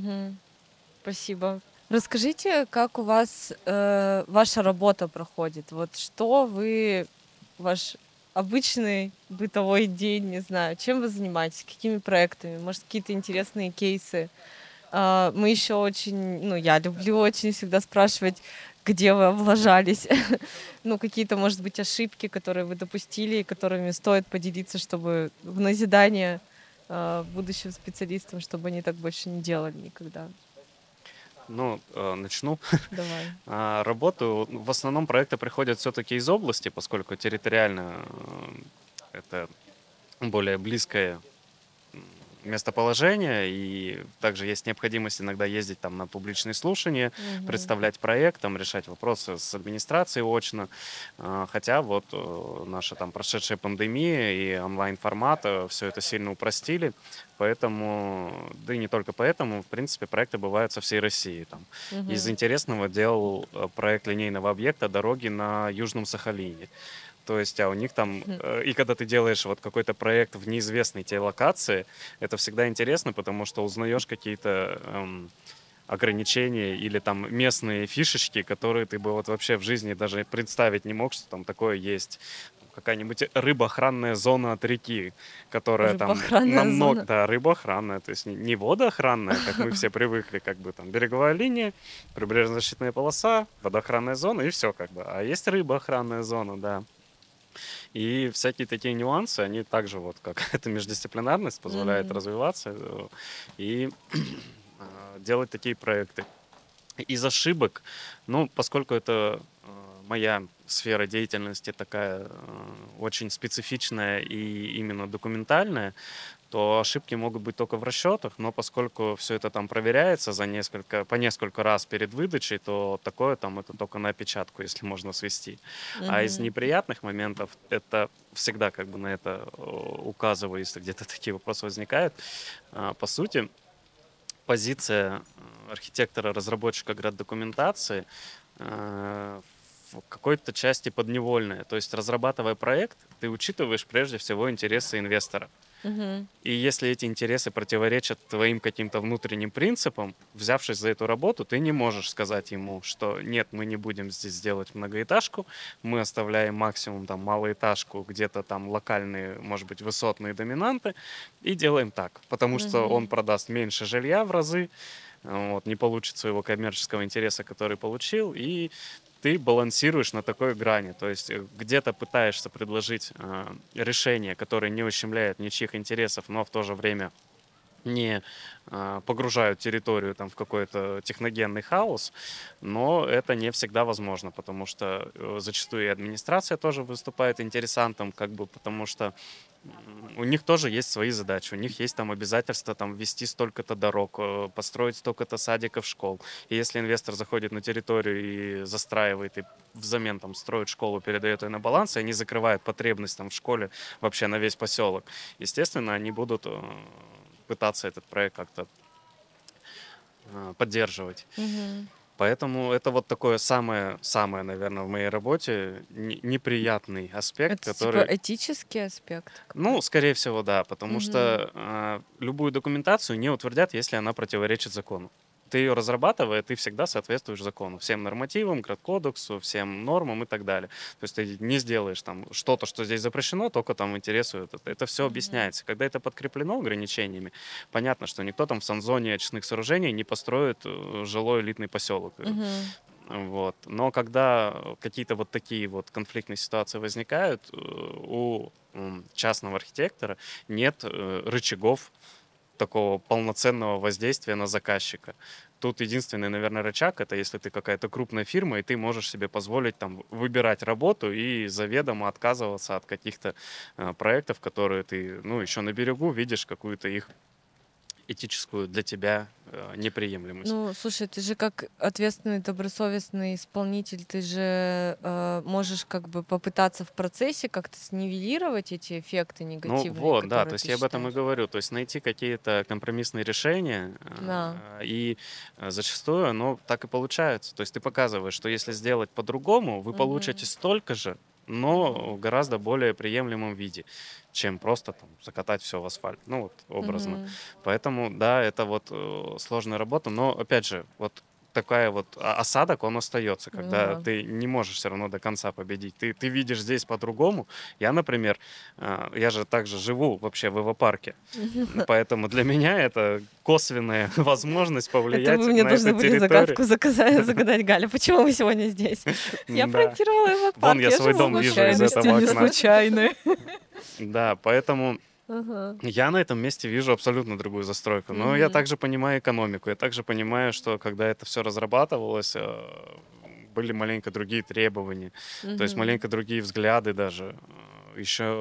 Спасибо. Расскажите, как у вас ваша работа проходит? Вот что ваш обычный бытовой день, не знаю, чем вы занимаетесь, какими проектами, может, какие-то интересные кейсы? Мы еще я люблю очень всегда спрашивать, где вы облажались, ну, какие-то, может быть, ошибки, которые вы допустили, которыми стоит поделиться, чтобы в назидание будущим специалистам, чтобы они так больше не делали никогда. Ну, начну. Давай. Работаю. В основном проекты приходят все-таки из области, поскольку территориально это более близкое местоположение, и также есть необходимость иногда ездить там на публичные слушания, представлять проект, там, решать вопросы с администрацией очно. Хотя вот наша там прошедшая пандемия и онлайн-формат все это сильно упростили, поэтому, да и не только поэтому, в принципе, проекты бывают со всей России. Там. Из интересного делал проект линейного объекта дороги на Южном Сахалине. То есть, у них там, и когда ты делаешь вот какой-то проект в неизвестной тебе локации, это всегда интересно, потому что узнаешь какие-то ограничения или там местные фишечки, которые ты бы вот вообще в жизни даже представить не мог, что там такое есть. Какая-нибудь рыбоохранная зона от реки, которая там намного... Да, рыбоохранная, то есть не водоохранная, как мы все привыкли, как бы там береговая линия, прибрежно-защитная полоса, водоохранная зона и все как бы. А есть рыбоохранная зона, да. И всякие такие нюансы, они также вот как эта междисциплинарность позволяет развиваться и делать такие проекты. Из ошибок, ну, поскольку это моя сфера деятельности такая очень специфичная и именно документальная, то ошибки могут быть только в расчетах, но поскольку все это там проверяется по несколько раз перед выдачей, то такое там это только на опечатку, если можно свести. А из Мгм. неприятных моментов это всегда как бы на это указываю, если где-то такие вопросы возникают. По сути, позиция архитектора-разработчика граддокументации э, в какой-то части подневольная. То есть, разрабатывая проект, ты учитываешь прежде всего интересы инвестора. Мгм. И если эти интересы противоречат твоим каким-то внутренним принципам, взявшись за эту работу, ты не можешь сказать ему, что нет, мы не будем здесь делать многоэтажку, мы оставляем максимум там малоэтажку, где-то там локальные, может быть, высотные доминанты, и делаем так, потому что он Мгм. продаст меньше жилья в разы, вот, не получит своего коммерческого интереса, который получил, и ты балансируешь на такой грани. То есть где-то пытаешься предложить решение, которое не ущемляет ничьих интересов, но в то же время не погружают территорию там в какой-то техногенный хаос, но это не всегда возможно, потому что зачастую и администрация тоже выступает интересантом, как бы, потому что у них тоже есть свои задачи, у них есть там обязательства там ввести столько-то дорог, построить столько-то садиков, школ. И если инвестор заходит на территорию и застраивает, и взамен там строит школу, передает ее на баланс, и они закрывают потребность там в школе вообще на весь поселок, естественно, они будут пытаться этот проект как-то поддерживать. Мгм. Поэтому это вот такое самое, наверное, в моей работе неприятный аспект, Это типа который, этический аспект ну, какой-то. скорее всего, да, потому Мгм. что любую документацию не утвердят, если она противоречит закону. Ты ее разрабатывая, ты всегда соответствуешь закону, всем нормативам, градкодексу, всем нормам и так далее. То есть ты не сделаешь там что-то, что здесь запрещено, только там интересует. Это все Мгм. объясняется. Когда это подкреплено ограничениями, понятно, что никто там в санзоне очных сооружений не построит жилой элитный поселок. Мгм. Вот. Но когда какие-то вот такие вот конфликтные ситуации возникают, у частного архитектора нет рычагов такого полноценного воздействия на заказчика. Тут единственный, наверное, рычаг — это если ты какая-то крупная фирма, и ты можешь себе позволить там выбирать работу и заведомо отказываться от каких-то проектов, которые ты, ну, еще на берегу видишь какую-то их этическую для тебя неприемлемость. Ну, слушай, ты же как ответственный, добросовестный исполнитель, ты же можешь как бы попытаться в процессе как-то снивелировать эти эффекты Ну негативные, вот, да, то которые есть ты я об этом и считаешь. говорю. То есть найти какие-то компромиссные решения, Да. и зачастую оно так и получается. То есть ты показываешь, что если сделать по-другому, вы получите Мгм. столько же, но Мгм. в гораздо более приемлемом виде, чем просто там закатать все в асфальт. Ну вот образно. Мгм. Поэтому, да, это вот сложная работа, но опять же, вот такая вот осадок, он остается, Ну когда да. ты не можешь все равно до конца победить. Ты видишь здесь по-другому. Я, например, я же также живу вообще в эвопарке, поэтому для меня это косвенная возможность Это вы повлиять мне на эту должны были территорию. загадку загадать, Галя. Почему вы сегодня здесь? Я Да. проектировала его Вон парк, я я свой живу в дом вижу из Вапаре. Случайности этого не окна. случайны. Да, поэтому Ага. я на этом месте вижу абсолютно другую застройку. Но я Мгм. также понимаю экономику. Я также понимаю, что когда это все разрабатывалось, были маленько другие требования, то есть Мгм. маленько другие взгляды даже. Еще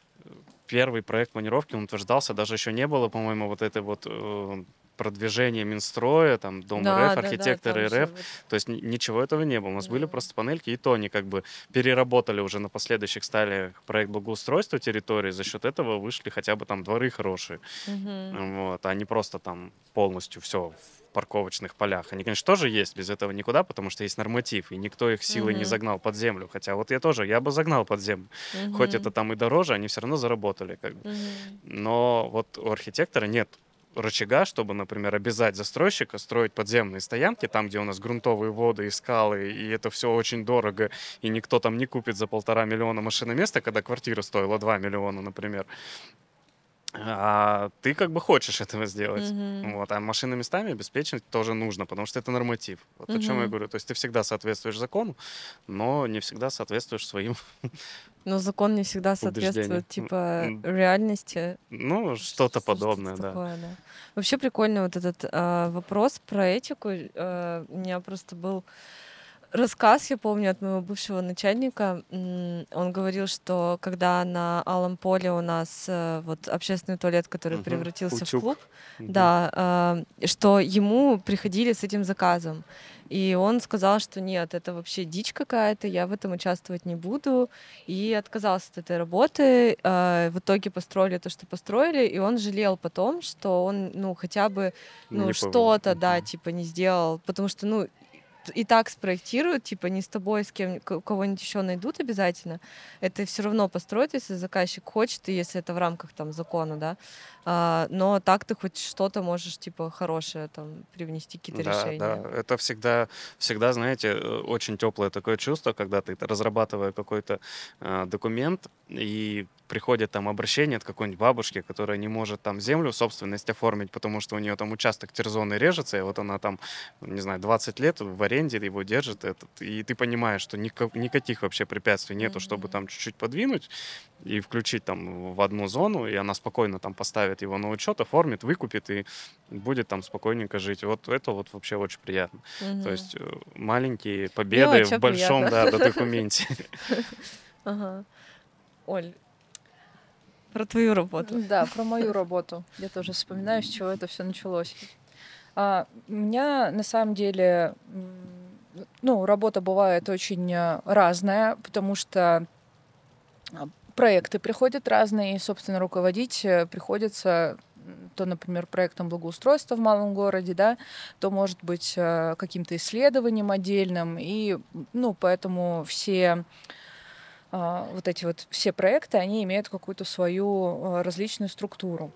первый проект планировки, он утверждался, даже еще не было, по-моему, вот это вот продвижение Минстроя, там, Дом РФ, Да, да, да, там архитекторы же РФ. вот. То есть ничего этого не было. У нас были Ну. просто панельки, и то они как бы переработали уже на последующих стадиях проект благоустройства территории. За счет этого вышли хотя бы там дворы хорошие. Мгм. Вот, а не просто там полностью все в парковочных полях. Они, конечно, тоже есть, без этого никуда, потому что есть норматив, и никто их силой не Мгм. загнал под землю. Хотя вот я бы загнал под землю. Хоть это Мгм. там и дороже, они все равно заработали. Как бы. Мгм. Но вот у архитектора нет рычага, чтобы, например, обязать застройщика строить подземные стоянки, там, где у нас грунтовые воды и скалы, и это все очень дорого, и никто там не купит за 1,5 миллиона машиноместа, когда квартира стоила 2 миллиона, например. А ты как бы хочешь этого сделать. Мгм. Вот. А машиноместами обеспечить тоже нужно, потому что это норматив. Вот о чем я Мгм. говорю. То есть ты всегда соответствуешь закону, но не всегда соответствуешь своим Но закон не всегда убеждениям. соответствует, типа, реальности. Ну, что-то Что-то подобное, да. такое, да. Вообще прикольно вот этот вопрос про этику. У меня просто был рассказ, я помню, от моего бывшего начальника. Он говорил, что когда на Алом поле у нас вот общественный туалет, который превратился в Утюг. клуб, да, что ему приходили с этим заказом. И он сказал, что нет, это вообще дичь какая-то, я в этом участвовать не буду. И отказался от этой работы. В итоге построили то, что построили, и он жалел потом, что он, ну, хотя бы, ну, Не что-то, да, Мгм. типа, не сделал. Потому что, ну, и так спроектируют, типа, не с тобой, с кем, кого-нибудь еще найдут обязательно. Это все равно построить, если заказчик хочет, и если это в рамках там закона, да. Но так ты хоть что-то можешь, типа, хорошее там привнести, какие-то Да, да, решения. это всегда, знаете, очень теплое такое чувство, когда ты разрабатывая какой-то документ, и приходит там обращение от какой-нибудь бабушки, которая не может там землю в собственность оформить, потому что у нее там участок терзонный режется, и вот она там, не знаю, 20 лет в аренде его держит, и ты понимаешь, что никаких вообще препятствий нету, чтобы Мгм. там чуть-чуть подвинуть и включить там в одну зону, и она спокойно там поставит его на учет, оформит, выкупит, и будет там спокойненько жить. Вот это вот вообще очень приятно. То Мгм. есть маленькие Мне победы в очень большом, приятно. да, документе. Ага. Оль, про твою работу. Да, про мою работу. Я тоже вспоминаю, с чего это все началось. У меня на самом деле, ну, работа бывает очень разная, потому что проекты приходят разные, и, собственно, руководить приходится то, например, проектом благоустройства в малом городе, да, то, может быть, каким-то исследованием отдельным, и, ну, поэтому все вот эти вот все проекты, они имеют какую-то свою различную структуру.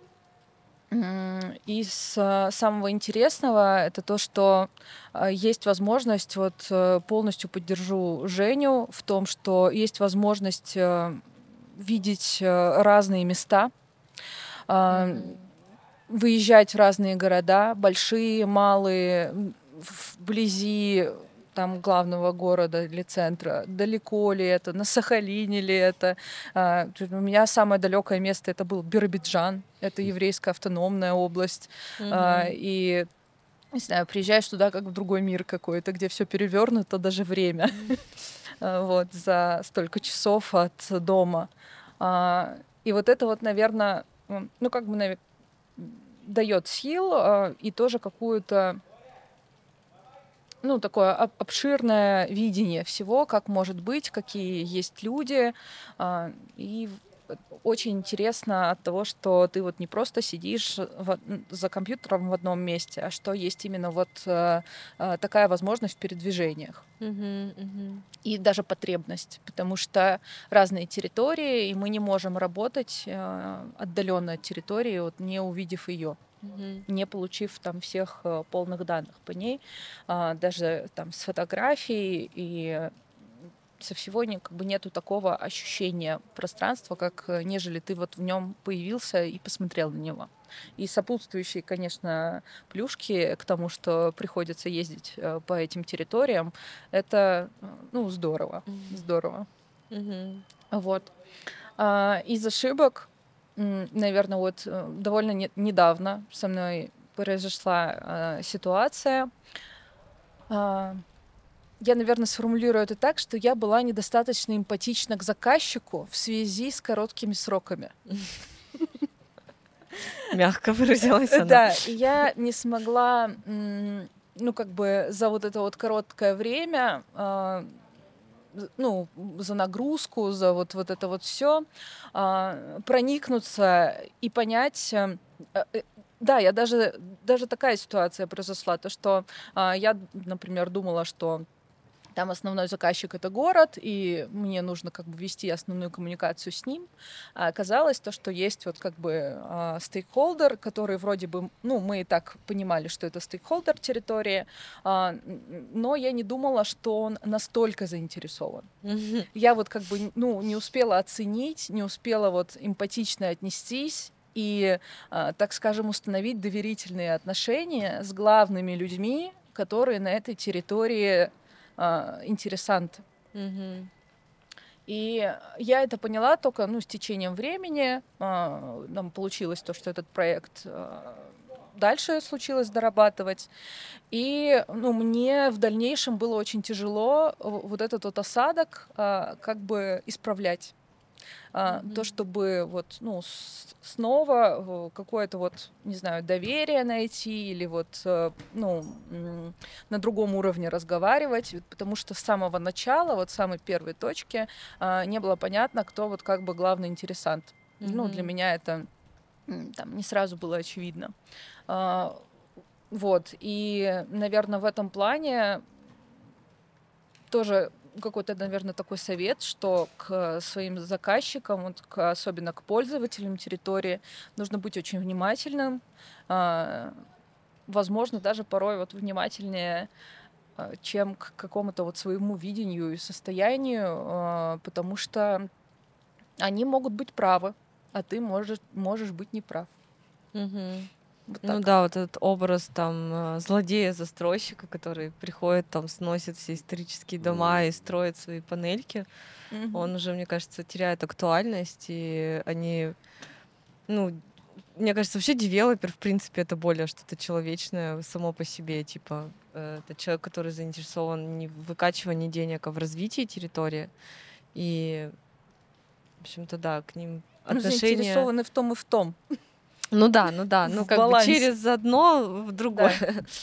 Из самого интересного это то, что есть возможность, вот полностью поддержу Женю в том, что есть возможность видеть разные места, а, Мгм. выезжать в разные города, большие, малые, вблизи там главного города или центра, далеко ли это, на Сахалине ли это. То есть у меня самое далекое место это был Биробиджан, это еврейская автономная область, Мгм. и не знаю, приезжаешь туда как в другой мир какой-то, где все перевернуто, даже время, вот за столько часов от дома. И вот это вот, наверное, ну как бы дает сил и тоже какую-то, ну, такое обширное видение всего, как может быть, какие есть люди. И очень интересно от того, что ты вот не просто сидишь за компьютером в одном месте, а что есть именно вот такая возможность в передвижениях. Мгм. Мгм. И даже потребность, потому что разные территории, и мы не можем работать отдаленно от территории, вот, не увидев ее, Мгм. не получив там всех полных данных по ней, даже там с фотографией и со всего как бы нету такого ощущения пространства, как нежели ты вот в нем появился и посмотрел на него. И сопутствующие, конечно, плюшки к тому, что приходится ездить по этим территориям, это, ну, здорово, Мгм. здорово. Мгм. Вот. Из ошибок, наверное, вот довольно недавно со мной произошла ситуация. А, Я, наверное, сформулирую это так, что я была недостаточно эмпатична к заказчику в связи с короткими сроками. Мягко выразилась она. Да, и я не смогла, ну, как бы за вот это вот короткое время, ну, за нагрузку, за вот это вот все проникнуться и понять. Да, я даже такая ситуация произошла, то что я, например, думала, что там основной заказчик это город, и мне нужно как бы вести основную коммуникацию с ним. А оказалось то, что есть вот как бы стейкхолдер, который вроде бы, ну, мы и так понимали, что это стейкхолдер территории, но я не думала, что он настолько заинтересован. Мгм. Я вот как бы, ну, не успела оценить, не успела вот эмпатично отнестись и, так скажем, установить доверительные отношения с главными людьми, которые на этой территории интересанты. Мгм. И я это поняла только, ну, с течением времени. Нам получилось то, что этот проект дальше случилось дорабатывать. И мне в дальнейшем было очень тяжело вот этот вот осадок как бы исправлять. То, чтобы вот, снова какое-то вот, не знаю, доверие найти или вот, на другом уровне разговаривать, потому что с самого начала, вот с самой первой точки, не было понятно, кто вот как бы главный интересант. Для меня это там не сразу было очевидно. Вот, и, наверное, в этом плане тоже какой-то, наверное, такой совет, что к своим заказчикам, вот особенно к пользователям территории, нужно быть очень внимательным, возможно, даже порой вот внимательнее, чем к какому-то вот своему видению и состоянию, потому что они могут быть правы, а ты можешь быть неправ. Вот Ну так. да, вот этот образ там злодея-застройщика, который приходит, там сносит все исторические дома и строит свои панельки, он уже, мне кажется, теряет актуальность, и они, мне кажется, вообще девелопер, в принципе, это более что-то человечное само по себе, типа, это человек, который заинтересован не в выкачивании денег, а в развитии территории, и, в общем-то, да, к ним отношение... Заинтересованы в том и в том. Ну как бы балансе. через одно в другое.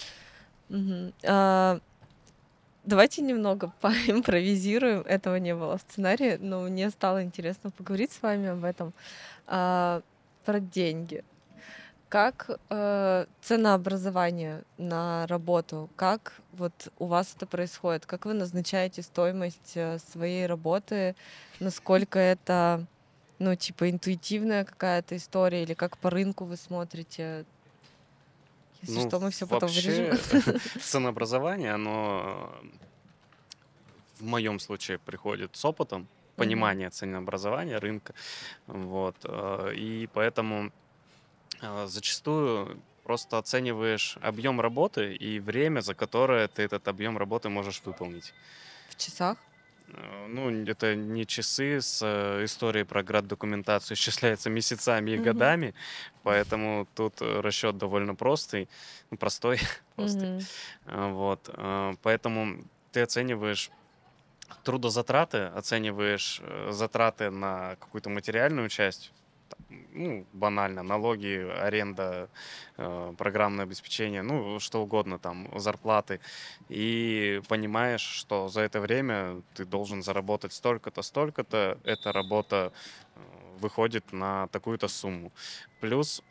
Давайте немного поимпровизируем. Этого не было в сценарии, но мне стало интересно поговорить с вами об этом. Про деньги. Как ценообразование на работу? Как вот у вас это происходит? Как вы назначаете стоимость своей работы? Насколько это, интуитивная какая-то история? Или как по рынку вы смотрите? Если что, мы все потом вырежем. Вообще, ценообразование, оно в моем случае приходит с опытом, понимание ценообразования рынка. Вот. И поэтому зачастую просто оцениваешь объем работы и время, за которое ты этот объем работы можешь выполнить. В часах? Это не часы с историей про град-документацию исчисляется месяцами и годами, поэтому тут расчет довольно простой, простой. Вот. Поэтому ты оцениваешь трудозатраты, оцениваешь затраты на какую-то материальную часть, банально, налоги, аренда, программное обеспечение, что угодно, там, зарплаты, и понимаешь, что за это время ты должен заработать столько-то, столько-то, эта работа выходит на такую-то сумму. Плюс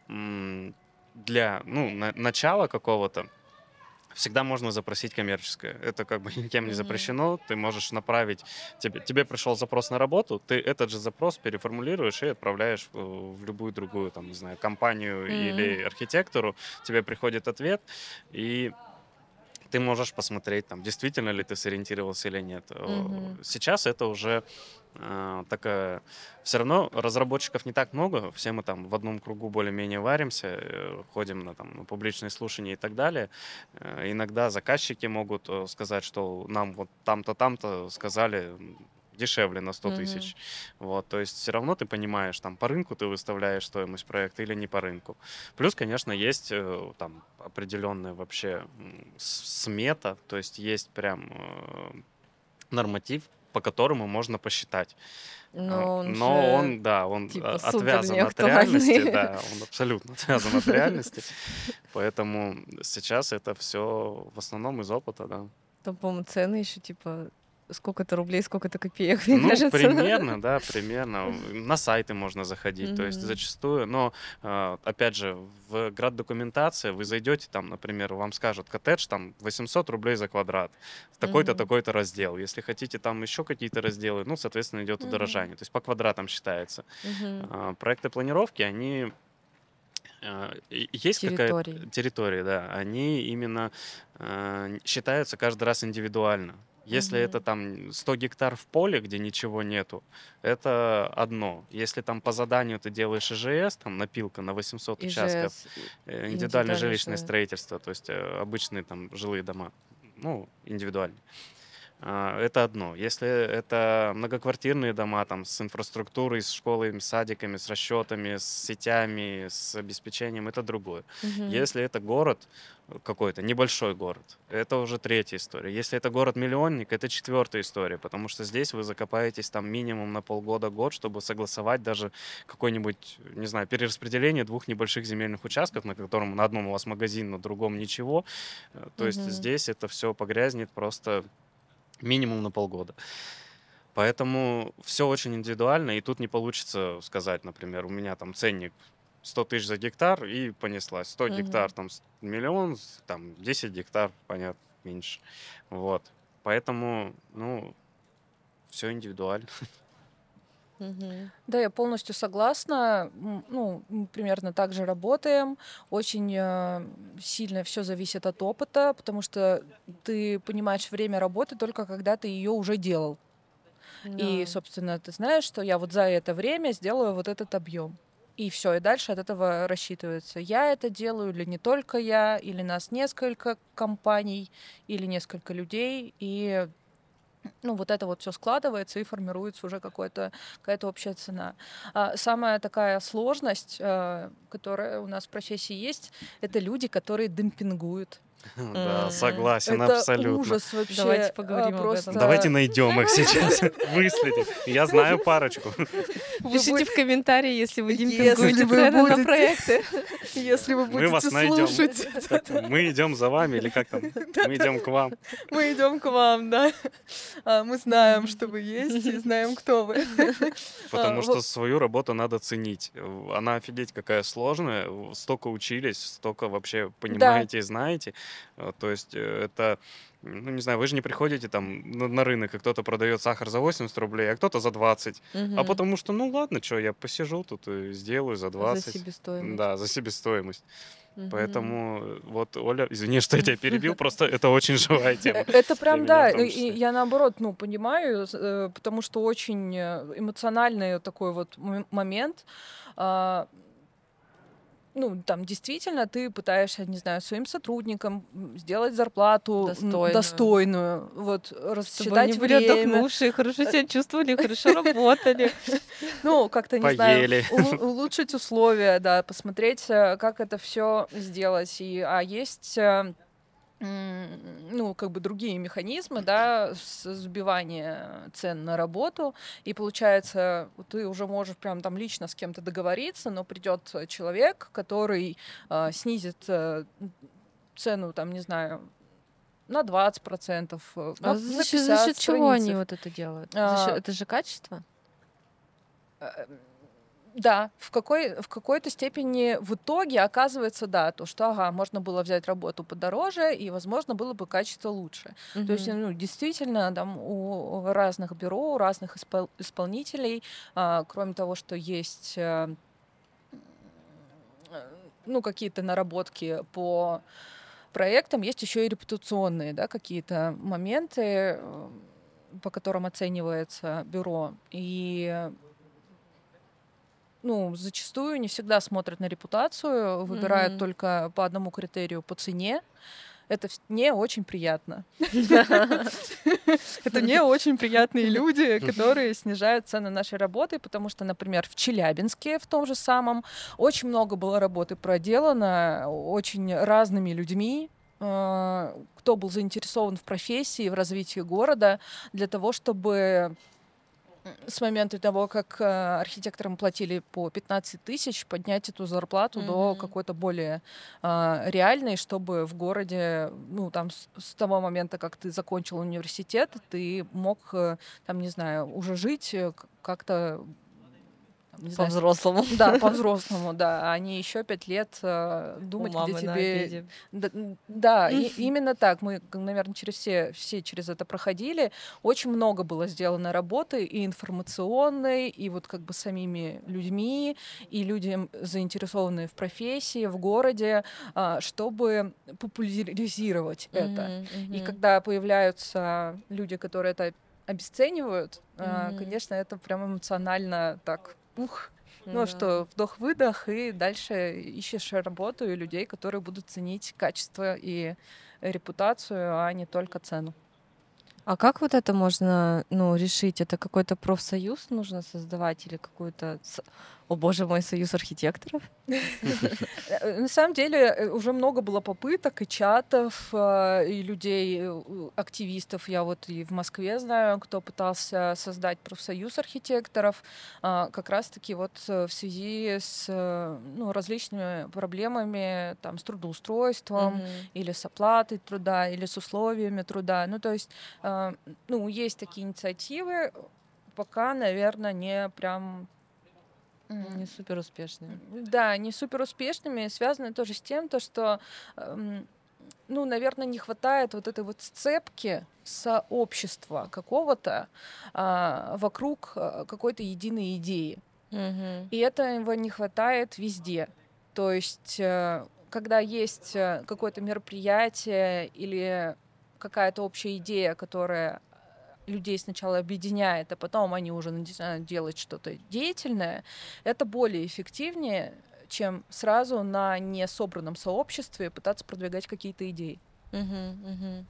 для начала какого-то всегда можно запросить коммерческое. Это как бы никем не запрещено. Ты можешь направить... Тебе пришел запрос на работу, ты этот же запрос переформулируешь и отправляешь в любую другую, там, не знаю, компанию или архитектору. Тебе приходит ответ, и ты можешь посмотреть, там, действительно ли ты сориентировался или нет. Сейчас это уже такая... Все равно разработчиков не так много, все мы там в одном кругу более-менее варимся, ходим на публичные слушания и так далее. Иногда заказчики могут сказать, что нам вот там-то, там-то сказали дешевле на 100 тысяч. Вот, то есть все равно ты понимаешь, там по рынку ты выставляешь стоимость проекта или не по рынку. Плюс, конечно, есть там определенная вообще смета, то есть есть прям норматив, по которому можно посчитать. Но он типа отвязан от реальности, да, он абсолютно отвязан от реальности. Поэтому сейчас это все в основном из опыта, да. Там, по-моему, цены еще типа сколько-то рублей, сколько-то копеек, мне кажется. Примерно, да, примерно. На сайты можно заходить, то есть зачастую. Но, опять же, в град-документации вы зайдете, там, например, вам скажут, коттедж там 800 рублей за квадрат, такой-то, такой-то раздел. Если хотите там еще какие-то разделы, соответственно, идет удорожание. То есть по квадратам считается. Проекты планировки, они... Есть какая-то территория, да, они именно считаются каждый раз индивидуально. Если это там 100 гектар в поле, где ничего нету, это одно. Если там по заданию ты делаешь ИЖС, там напилка на 800 участков, индивидуальное жилищное строительство, то есть обычные там жилые дома, индивидуальные. это одно. Если это многоквартирные дома там с инфраструктурой, с школами, с садиками, с расчетами, с сетями, с обеспечением, это другое. Мгм. Если это город какой-то, небольшой город, это уже третья история. Если это город-миллионник, это четвертая история, потому что здесь вы закопаетесь там минимум на полгода-год, чтобы согласовать даже какое-нибудь, не знаю, перераспределение двух небольших земельных участков, на котором на одном у вас магазин, на другом ничего. То есть Мгм. здесь это все погрязнет просто минимум на полгода. Поэтому все очень индивидуально, и тут не получится сказать, например, у меня там ценник 100 тысяч за гектар, и понеслась. 100 гектар, Мгм. там миллион, там 10 гектар, понятно, меньше. Вот. Поэтому, ну, все индивидуально. Мгм. Да, я полностью согласна. Ну, мы примерно так же работаем. Очень сильно все зависит от опыта, потому что ты понимаешь время работы только когда ты ее уже делал. И, Да. собственно, ты знаешь, что я вот за это время сделаю вот этот объем. И все, и дальше от этого рассчитывается. Я это делаю, или не только я, или нас несколько компаний, или несколько людей. И ну, вот это вот все складывается и формируется уже какая-то общая цена. Самая такая сложность, которая у нас в профессии есть, это люди, которые демпингуют. Да, М. согласен, Это абсолютно. ужас Давайте вообще. поговорим об этом. Давайте Просто найдем их сейчас, выследим. Я знаю парочку. вы Пишите бу- в комментарии, если вы если демпингуете вы цены на будете, проекты. если вы Мы вас будете найдем. слушать, Мы идем за вами, или как там? Мы идем к вам. мы идем к вам, да. Мы знаем, что вы есть, и знаем, кто вы. Потому что Вот, свою работу надо ценить. Она офигеть какая сложная. Столько учились, столько вообще да. понимаете и знаете. То есть это, ну не знаю, вы же не приходите там на рынок, и кто-то продает сахар за 80 рублей, а кто-то за 20. А Мгм. потому что, ну ладно, что, я посижу тут и сделаю за За 20. себестоимость. Да, за себестоимость. Мгм. Поэтому вот, Оля, извини, что я тебя перебил, просто это очень живая тема. Это Для прям, меня да, в том и числе. я наоборот, ну, понимаю, потому что очень эмоциональный такой вот момент. А, Ну, там действительно ты пытаешься, не знаю, своим сотрудникам сделать зарплату Достойную. достойную, вот, Чтобы они рассчитать были время, отдохнувшие, хорошо себя чувствовали, хорошо работали. ну, как-то, не знаю, Поели. улучшить условия, да, посмотреть, как это все сделать. Есть ну, как бы другие механизмы, да, сбивания цен на работу, и получается, ты уже можешь прям там лично с кем-то договориться, но придет человек, который снизит цену, там, не знаю, на 20%, А на за 50 счет чего они страницах. вот это делают? А, Это же качество? э, Да, в какой-то степени в итоге оказывается, да, то, что, ага, можно было взять работу подороже, и, возможно, было бы качество лучше. То есть, Мгм. ну, действительно, там у разных бюро, у разных исполнителей, кроме того, что есть, ну, какие-то наработки по проектам, есть еще и репутационные, да, какие-то моменты, по которым оценивается бюро. И ну, зачастую не всегда смотрят на репутацию, выбирают Мгм. только по одному критерию по цене. Это не очень приятно. Это не очень приятные люди, которые снижают цены нашей работы, потому что, например, в Челябинске, в том же самом, очень много было работы проделано очень разными людьми, кто был заинтересован в профессии, в развитии города, для того, чтобы с момента того, как архитекторам платили по 15 тысяч, поднять эту зарплату до Мгм. какой-то более реальной, чтобы в городе, ну, там, с того момента, как ты закончил университет, ты мог, там, не знаю, уже жить как-то, там, не знаю, По-взрослому. да, по-взрослому, да, а не еще 5 лет У думать, где мамы на тебе... обеде. Да, именно так. Мы, наверное, все через это проходили. Очень много было сделано работы и информационной, и вот как бы самими людьми, и людям, заинтересованные в профессии, в городе, чтобы популяризировать это. Мгм, И мгм, когда появляются люди, которые это обесценивают, мгм. конечно, это прям эмоционально так, ух, ну Да. что, вдох-выдох, и дальше ищешь работу и людей, которые будут ценить качество и репутацию, а не только цену. А как вот это можно, ну, решить? Это какой-то профсоюз нужно создавать или о боже мой, союз архитекторов? На самом деле уже много было попыток и чатов, и людей, активистов. Я вот и в Москве знаю, кто пытался создать профсоюз архитекторов, как раз-таки вот в связи с ну, различными проблемами там, с трудоустройством Мгм. или с оплатой труда, или с условиями труда. Ну, то есть, ну, есть такие инициативы, пока, наверное, не прям Не супер успешные. да, не супер успешными, связаны тоже с тем, то, что, ну, наверное, не хватает вот этой вот сцепки сообщества какого-то вокруг какой-то единой идеи. Мгм. И этого не хватает везде. То есть, когда есть какое-то мероприятие или какая-то общая идея, которая людей сначала объединяет, а потом они уже начинают делать что-то деятельное, это более эффективнее, чем сразу на несобранном сообществе пытаться продвигать какие-то идеи. Мгм. Мгм.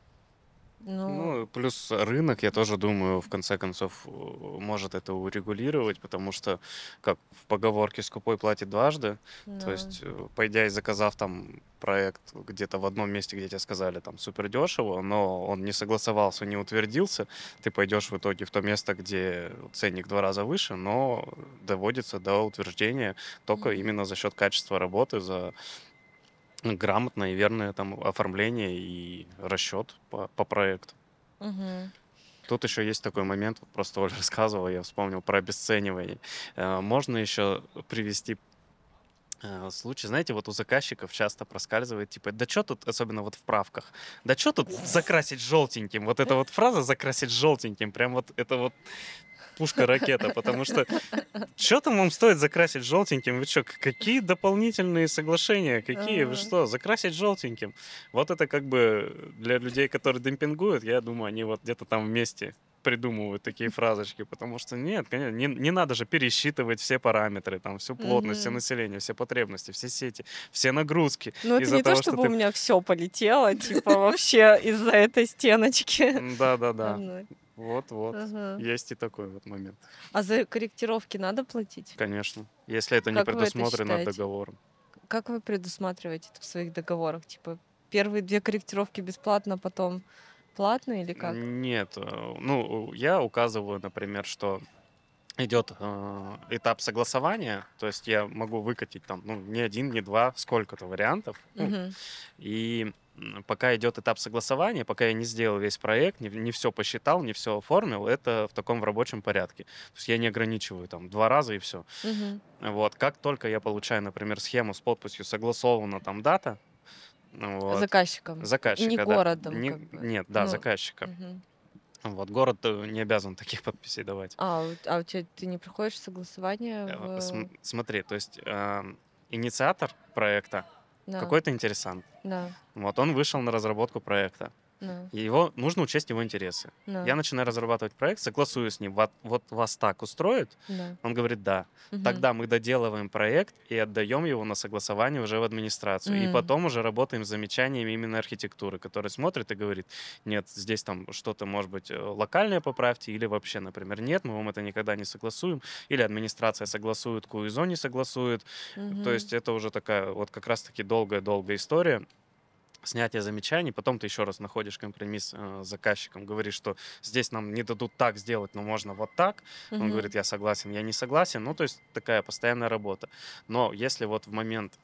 Ну, Ну, плюс рынок, я тоже думаю, в конце концов, может это урегулировать, потому что, как в поговорке «скупой платит дважды», то да. есть, по идее, заказав там проект где-то в одном месте, где тебе сказали там супер дешево, но он не согласовался, не утвердился, ты пойдешь в итоге в то место, где ценник в 2 раза выше, но доводится до утверждения только Мгм. именно за счет качества работы, за грамотное и верное там оформление и расчет по проекту. Мгм. Тут еще есть такой момент, вот просто Оля рассказывала, я вспомнил про обесценивание. Можно еще привести случай, знаете, вот у заказчиков часто проскальзывает, типа, да что тут, особенно вот в правках, да что тут закрасить желтеньким? Вот эта вот фраза «закрасить желтеньким», прям вот это вот пушка-ракета, потому что что там вам стоит закрасить желтеньким? Вы что, какие дополнительные соглашения? Какие? Вы Ага. что, закрасить желтеньким? Вот это как бы для людей, которые демпингуют, я думаю, они вот где-то там вместе придумывают такие фразочки, потому что нет, конечно, не надо же пересчитывать все параметры, там, всю плотность, все Мгм. население, все потребности, все сети, все нагрузки Ну, это из-за не то, того, что чтобы у ты... меня все полетело, типа, вообще из-за этой стеночки Да-да-да, одной. вот-вот, Ага. есть и такой вот момент, А за корректировки надо платить? конечно, если это не Как вы это предусмотрено считаете? договором. Как вы предусматриваете это в своих договорах? Типа, первые 2 корректировки бесплатно, потом платно или как? Нет, ну, я указываю, например, что идет этап согласования, то есть я могу выкатить там, ну, не один, не два, сколько-то вариантов, ну, Мгм. и пока идет этап согласования, пока я не сделал весь проект, не все посчитал, не все оформил, это в таком в рабочем порядке. То есть я не ограничиваю там 2 раза и все. Мгм. Вот, как только я получаю, например, схему с подписью «согласована там дата», вот, Заказчиком, не заказчика, да, городом, как бы. нет, да, Ну, заказчика. мгм. Вот, город не обязан таких подписей давать. А у тебя ты не проходишь согласование в... Смотри, то есть инициатор проекта, Да, какой-то интересант, да, вот он вышел на разработку проекта, да, и его нужно учесть его интересы. да, Я начинаю разрабатывать проект, согласую с ним, вот вас так устроит? да. Он говорит, да. Мгм. Тогда мы доделываем проект и отдаем его на согласование уже в администрацию. И М. потом уже работаем с замечаниями именно архитектуры, который смотрит и говорит, нет, здесь там что-то, может быть, локальное поправьте, или вообще, например, нет, мы вам это никогда не согласуем, или администрация согласует, КУИЗО не согласует. То Мгм. есть это уже такая вот как раз-таки долгая-долгая история снятие замечаний, потом ты еще раз находишь компромисс с заказчиком, говоришь, что здесь нам не дадут так сделать, но можно вот так. Он Мгм. говорит, я согласен, я не согласен. Ну, то есть такая постоянная работа. Но если вот в момент,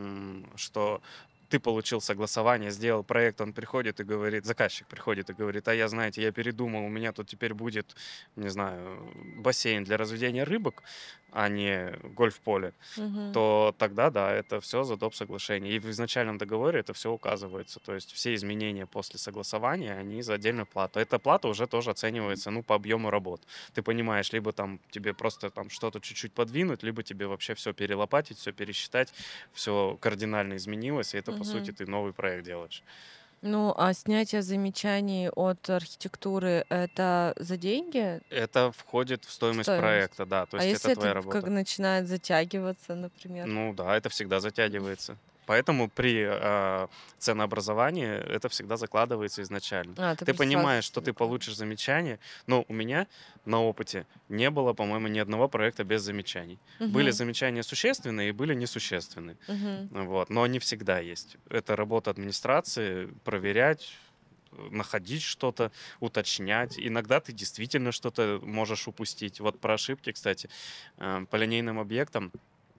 что ты получил согласование, сделал проект, он приходит и говорит, заказчик приходит и говорит, а я, знаете, я передумал, у меня тут теперь будет, не знаю, бассейн для разведения рыбок, а не гольф-поле, Мгм. то тогда да, это все за доп. Соглашение. И в изначальном договоре это все указывается. То есть все изменения после согласования, они за отдельную плату. Эта плата уже тоже оценивается, ну, по объему работ. Ты понимаешь, либо там тебе просто там что-то чуть-чуть подвинуть, либо тебе вообще все перелопатить, все пересчитать, все кардинально изменилось, и это, по сути, Мгм. ты новый проект делаешь. Ну, а снятие замечаний от архитектуры — это за деньги Это входит в стоимость стоимость? проекта, да, то А есть это если это твоя как работа. начинает затягиваться, например? Ну да, это всегда затягивается. Поэтому при ценообразовании это всегда закладывается изначально. Ты Ты просто сразу понимаешь, что ты закладываешь. получишь замечание. Но у меня на опыте не было, по-моему, ни одного проекта без замечаний. Были Мгм. замечания существенные и были несущественные. Мгм. Вот. Но они всегда есть. Это работа администрации, проверять, находить что-то, уточнять. Иногда ты действительно что-то можешь упустить. Вот про ошибки, кстати, по линейным объектам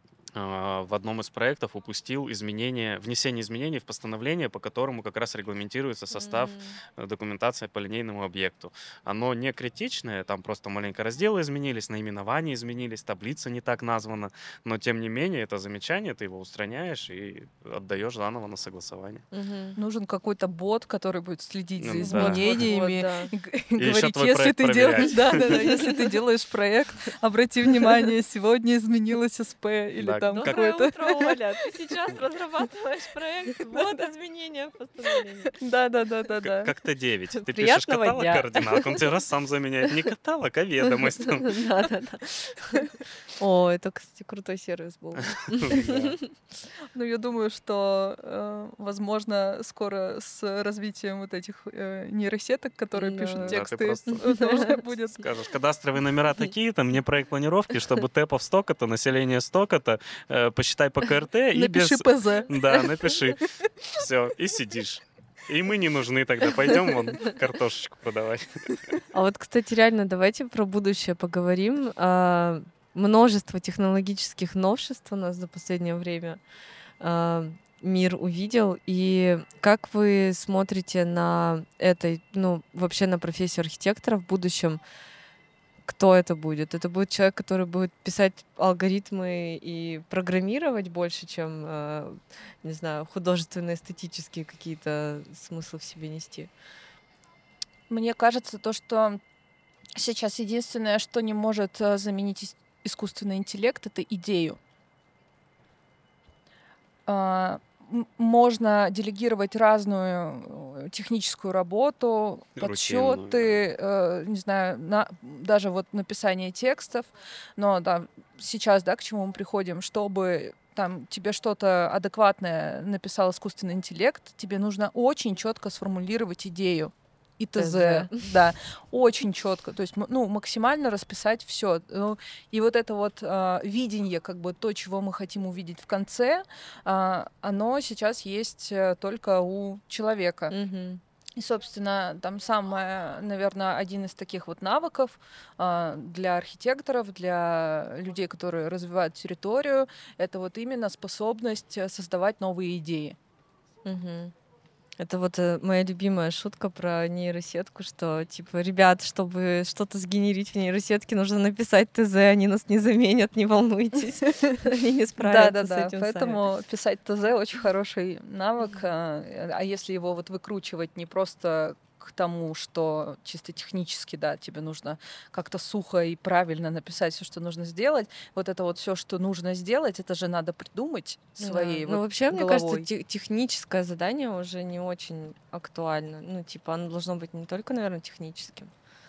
в одном из проектов упустил внесение изменений в постановление, по которому как раз регламентируется состав документации по линейному объекту. Оно не критичное, там просто маленько разделы изменились, наименования изменились, таблица не так названа, но тем не менее это замечание, ты его устраняешь и отдаешь заново на согласование. Мгм. Нужен какой-то бот, который будет следить за Да. изменениями да. и И ещё говорить, твой если проект ты делаешь, проверять. если ты делаешь проект, обрати внимание, сегодня изменилось СП или Да, там как- Доброе какое-то. утро, Оля. Ты сейчас разрабатываешь проект. Вот изменения в постановлении. Да. Как-то 9. Ты пишешь Приятного каталог дня. координат, он тебе раз сам заменяет. Не каталог, а ведомость. там. Да. О, это, кстати, крутой сервис был. Да. Ну, я думаю, что, возможно, скоро с развитием вот этих нейросеток, которые пишут Да. Да, ты тексты, просто тоже будет. скажешь, кадастровые номера такие-то, мне проект планировки, чтобы тэпов столько-то, население столько-то, посчитай по КРТ и Напиши без... ПЗ. Да, напиши. Все, и сидишь. И мы не нужны тогда. Пойдем вон картошечку продавать. А вот, кстати, реально, давайте про будущее поговорим. Множество технологических новшеств у нас за последнее время мир увидел. И как вы смотрите на это, вообще на профессию архитектора в будущем? Кто это будет? Это будет человек, который будет писать алгоритмы и программировать больше, чем, не знаю, художественно-эстетические какие-то смыслы в себе нести? Мне кажется, то, что сейчас единственное, что не может заменить искусственный интеллект, это идею. Можно делегировать разную техническую работу, Рутинную, подсчеты, не знаю, даже вот написание текстов. Но да, сейчас, да, к чему мы приходим, чтобы там тебе что-то адекватное написал искусственный интеллект, тебе нужно очень четко сформулировать идею. И т.з. Да, очень четко, то есть, максимально расписать все. И вот это вот видение, как бы то, чего мы хотим увидеть в конце, оно сейчас есть только у человека. Мгм. И, собственно, там самое, наверное, один из таких вот навыков для архитекторов, для людей, которые развивают территорию, это вот именно способность создавать новые идеи. Мгм. Это вот моя любимая шутка про нейросетку, что, типа, ребят, чтобы что-то сгенерить в нейросетке, нужно написать ТЗ, они нас не заменят, не волнуйтесь. Они не справятся с Да. этим сами. Поэтому писать ТЗ очень хороший навык. А если его вот выкручивать не просто к тому, что чисто технически, да, тебе нужно как-то сухо и правильно написать все, что нужно сделать. Вот это вот все, что нужно сделать, это же надо придумать своей Ну, вот вообще, мне головой. кажется, техническое задание уже не очень актуально. Ну, типа, оно должно быть не только, наверное, техническим,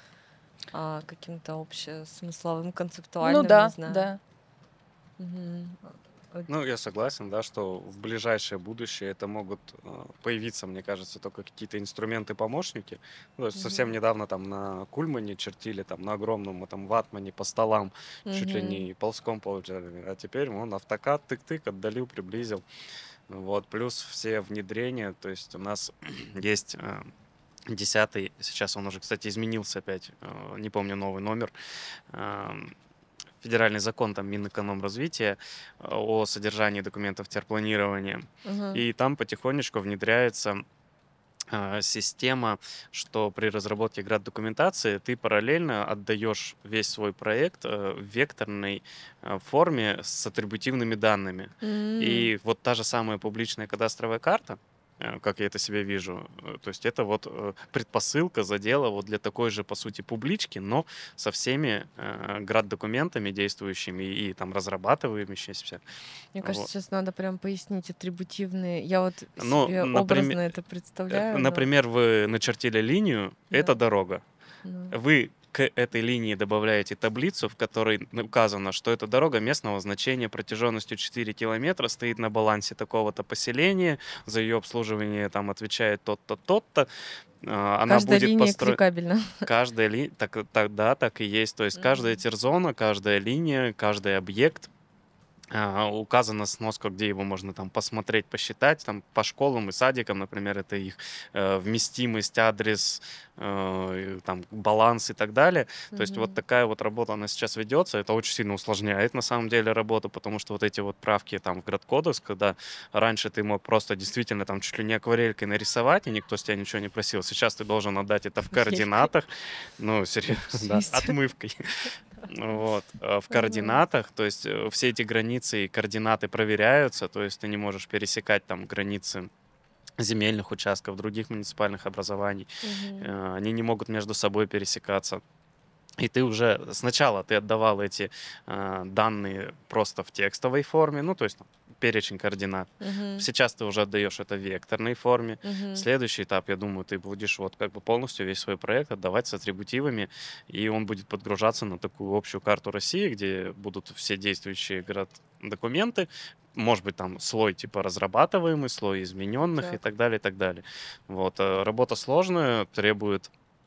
а каким-то общесмысловым, концептуальным, Ну да, не знаю. да. Мгм. Ну, я согласен, да, что в ближайшее будущее это могут появиться, мне кажется, только какие-то инструменты-помощники. Ну, то есть совсем недавно там на Кульмане чертили, там на огромном этом ватмане по столам, чуть ли не ползком получали. А теперь он автокад, тык-тык, отдалил, приблизил. Вот, плюс все внедрения, то есть у нас есть 10-й, сейчас он уже, кстати, изменился опять, не помню новый номер, федеральный закон там Минэкономразвития о содержании документов терпланирования. Мгм. И там потихонечку внедряется система, что при разработке град-документации ты параллельно отдаешь весь свой проект в векторной форме с атрибутивными данными. И вот та же самая публичная кадастровая карта, как я это себе вижу, то есть это вот предпосылка, задела вот для такой же, по сути, публички, но со всеми град-документами действующими и там разрабатываемыся. Мне кажется, Вот. сейчас надо прям пояснить атрибутивные. Я вот Ну, себе например, образно это представляю. но- Например, вы начертили линию, Да. это дорога. Ну, Вы к этой линии добавляете таблицу, в которой указано, что эта дорога местного значения протяженностью 4 километра стоит на балансе такого-то поселения, за ее обслуживание там отвечает тот-то, тот-то. Она каждая будет линия построена... кликабельна. Каждая линия, да, так и есть. То есть каждая Мгм. терзона, каждая линия, каждый объект указана сноска, где его можно там посмотреть, посчитать, там по школам и садикам, например, это их вместимость, адрес, там баланс и так далее. То есть вот Мгм. такая вот работа, она сейчас ведется, это очень сильно усложняет на самом деле работу, потому что вот эти вот правки там в градкодекс, когда раньше ты мог просто действительно там чуть ли не акварелькой нарисовать, и никто с тебя ничего не просил, сейчас ты должен отдать это в Акварелькой. координатах, ну, серьезно, да, Жесть. отмывкой. Вот, в Ага. координатах, то есть все эти границы и координаты проверяются, то есть ты не можешь пересекать там границы земельных участков, других муниципальных образований, Мгм. они не могут между собой пересекаться. И ты уже сначала ты отдавал эти данные просто в текстовой форме, ну, то есть там, перечень координат. Мгм. Сейчас ты уже отдаешь это в векторной форме. Мгм. Следующий этап, я думаю, ты будешь вот как бы полностью весь свой проект отдавать с атрибутивами, и он будет подгружаться на такую общую карту России, где будут все действующие документы, может быть, там слой типа разрабатываемый, слой измененных и Крутяк. так далее, и так далее. Вот. Работа сложная, требует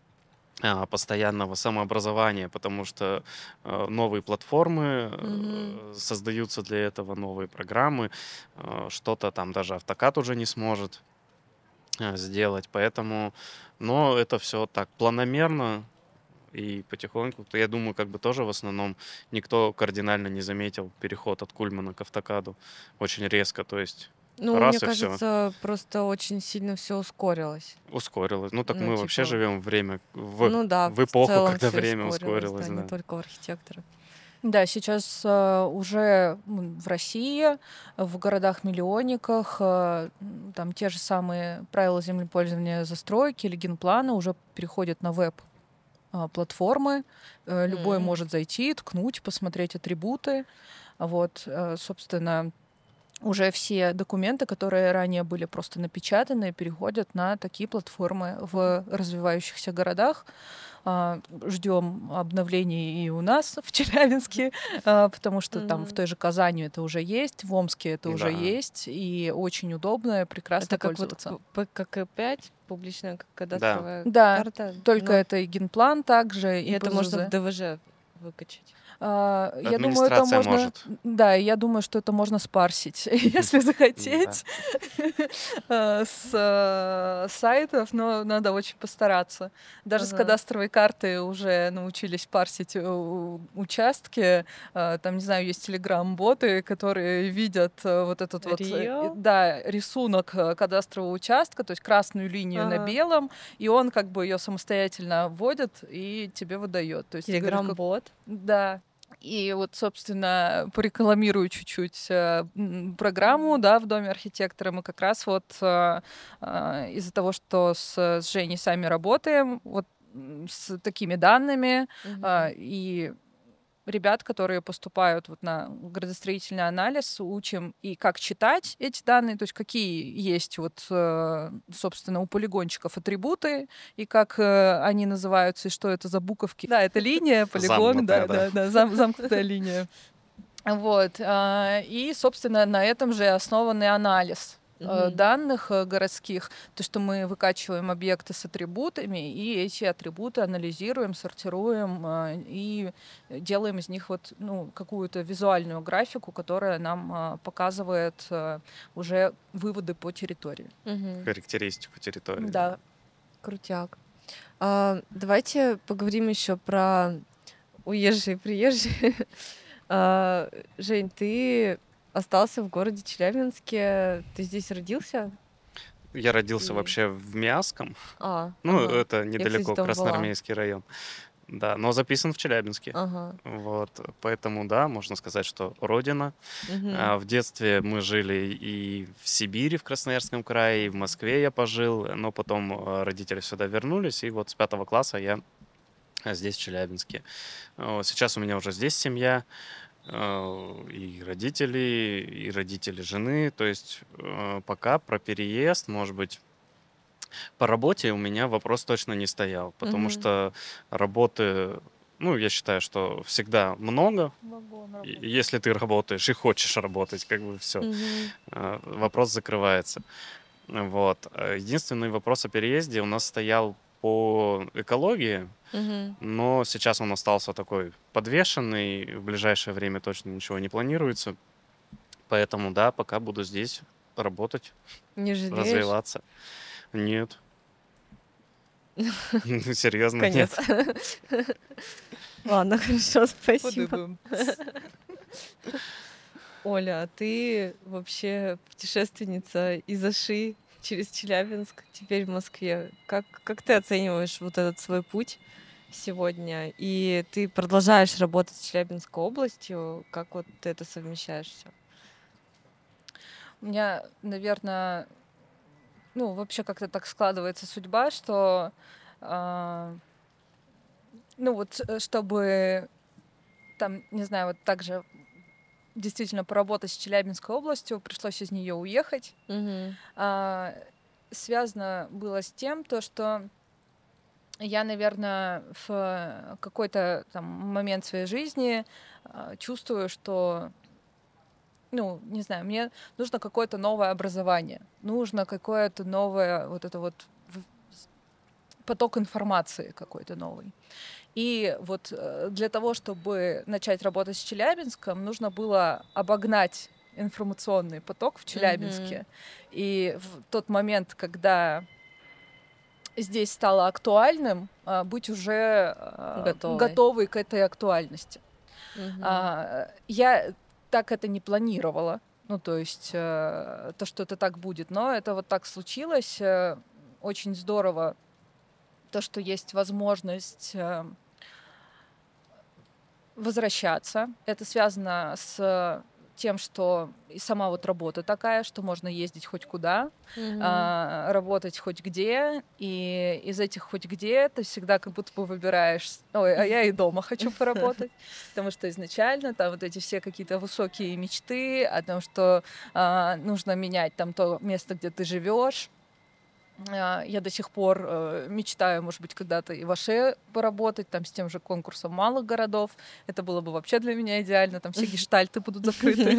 постоянного самообразования, потому что новые платформы Мгм. создаются для этого, новые программы, что-то там даже автокад уже не сможет сделать, поэтому, но это все так планомерно и потихоньку. Я думаю, как бы тоже в основном никто кардинально не заметил переход от Кульмана к автокаду очень резко, то есть Ну, мне раз и все. кажется, просто очень сильно все ускорилось. Ускорилось. Ну так Ну, мы вообще типа, живем время ну да, в в эпоху, целом когда все время ускорилось, ускорилось, да, не да. только у архитектора. Да, сейчас уже в России, в городах-миллионниках, там те же самые правила землепользования застройки или генплана уже переходят на веб-платформы. Любой М. может зайти, ткнуть, посмотреть атрибуты. Вот, собственно, уже все документы, которые ранее были просто напечатаны, переходят на такие платформы в развивающихся городах. Ждем обновлений и у нас в Челябинске, потому что там в Мгм. той же Казани это уже есть, в Омске это уже Да. есть, и очень удобно, и прекрасно Это как вот пользоваться. ПКК-5, публичная Да. кадастровая Да, карта, только но это и генплан также, и и это можно в ПЗЗ. ДВЖ выкачать. Я думаю, это Администрация можно, может. да, я думаю, что это можно спарсить, если Да. захотеть, с сайтов, но надо очень постараться. Даже с Ага. кадастровой карты уже научились парсить участки. Там, не знаю, есть телеграм-боты, которые видят вот этот вот, Рио? да, рисунок кадастрового участка, то есть красную линию на Ага. белом, и он как бы ее самостоятельно вводит и тебе выдает. То есть ты говоришь, как... Телеграм-бот. Да. И вот, собственно, порекламирую чуть-чуть программу, да, в Доме архитектора. Мы как раз вот из-за того, что с Женей сами работаем, вот с такими данными, Мгм. и ребят, которые поступают вот на градостроительный анализ, учим и как читать эти данные, то есть какие есть вот, собственно, у полигончиков атрибуты, и как они называются, и что это за буковки. Да, это линия, полигон, Замкнутая, да, да. да, да, замкнутая линия. Вот. И, собственно, на этом же основанный анализ Мгм. данных городских, то, что мы выкачиваем объекты с атрибутами, и эти атрибуты анализируем, сортируем и делаем из них вот, ну, какую-то визуальную графику, которая нам показывает уже выводы по территории. Мгм. Характеристику территории. Да. Крутяк. Давайте поговорим еще про уезжие и приезжие. Жень, ты остался в городе Челябинске. Ты здесь родился? Я родился И... вообще в Миасском. Ну, Ага. это Я, кстати, недалеко, там была. Красноармейский район. Да, но записан в Челябинске. Ага. Вот, поэтому, да, можно сказать, что родина. Мгм. В детстве мы жили и в Сибири, в Красноярском крае, и в Москве я пожил, но потом родители сюда вернулись, и вот с 5 класса я здесь, в Челябинске. Сейчас у меня уже здесь семья, и родители жены, то есть пока про переезд, может быть, По работе у меня вопрос точно не стоял, потому Мгм. что работы, ну, я считаю, что всегда много. Вагон Если ты работаешь и хочешь работать, как бы все, Мгм. вопрос закрывается. Вот. Единственный вопрос о переезде у нас стоял по экологии, Мгм. но сейчас он остался такой подвешенный. В ближайшее время точно ничего не планируется. Поэтому, да, пока буду здесь работать, Не жалеешь? развиваться. Нет. Ну, серьезно, Конец. нет. Ладно, хорошо, спасибо. Подыбым. Оля, а ты вообще путешественница из Аши через Челябинск, теперь в Москве. Как ты оцениваешь вот этот свой путь сегодня? И ты продолжаешь работать с Челябинской областью. Как вот ты это совмещаешь все? У меня, наверное, ну, вообще как-то так складывается судьба, что, а, ну, вот, чтобы там, не знаю, вот так же действительно поработать с Челябинской областью, пришлось из нее уехать. Угу. А, Связано было с тем, то, что я, наверное, в какой-то там момент своей жизни чувствую, что, ну, не знаю, мне нужно какое-то новое образование, нужно какое-то новое вот это вот поток информации какой-то новый. И вот для того, чтобы начать работать с Челябинском, нужно было обогнать информационный поток в Угу. Челябинске. И в тот момент, когда здесь стало актуальным, быть уже Готовой. готовой к этой актуальности. Угу. Я так это не планировала. Ну, то есть то, что это так будет, но это вот так случилось. Очень здорово то, что есть возможность возвращаться. Это связано с тем, что и сама вот работа такая, что можно ездить хоть куда, Угу. работать хоть где, и из этих хоть где ты всегда как будто бы выбираешь, ой, а я и дома хочу поработать, потому что изначально там вот эти все какие-то высокие мечты о том, что нужно менять там то место, где ты живешь. Я до сих пор мечтаю, может быть, когда-то и в Аше поработать, там, с тем же конкурсом малых городов. Это было бы вообще для меня идеально, там все гештальты будут закрыты.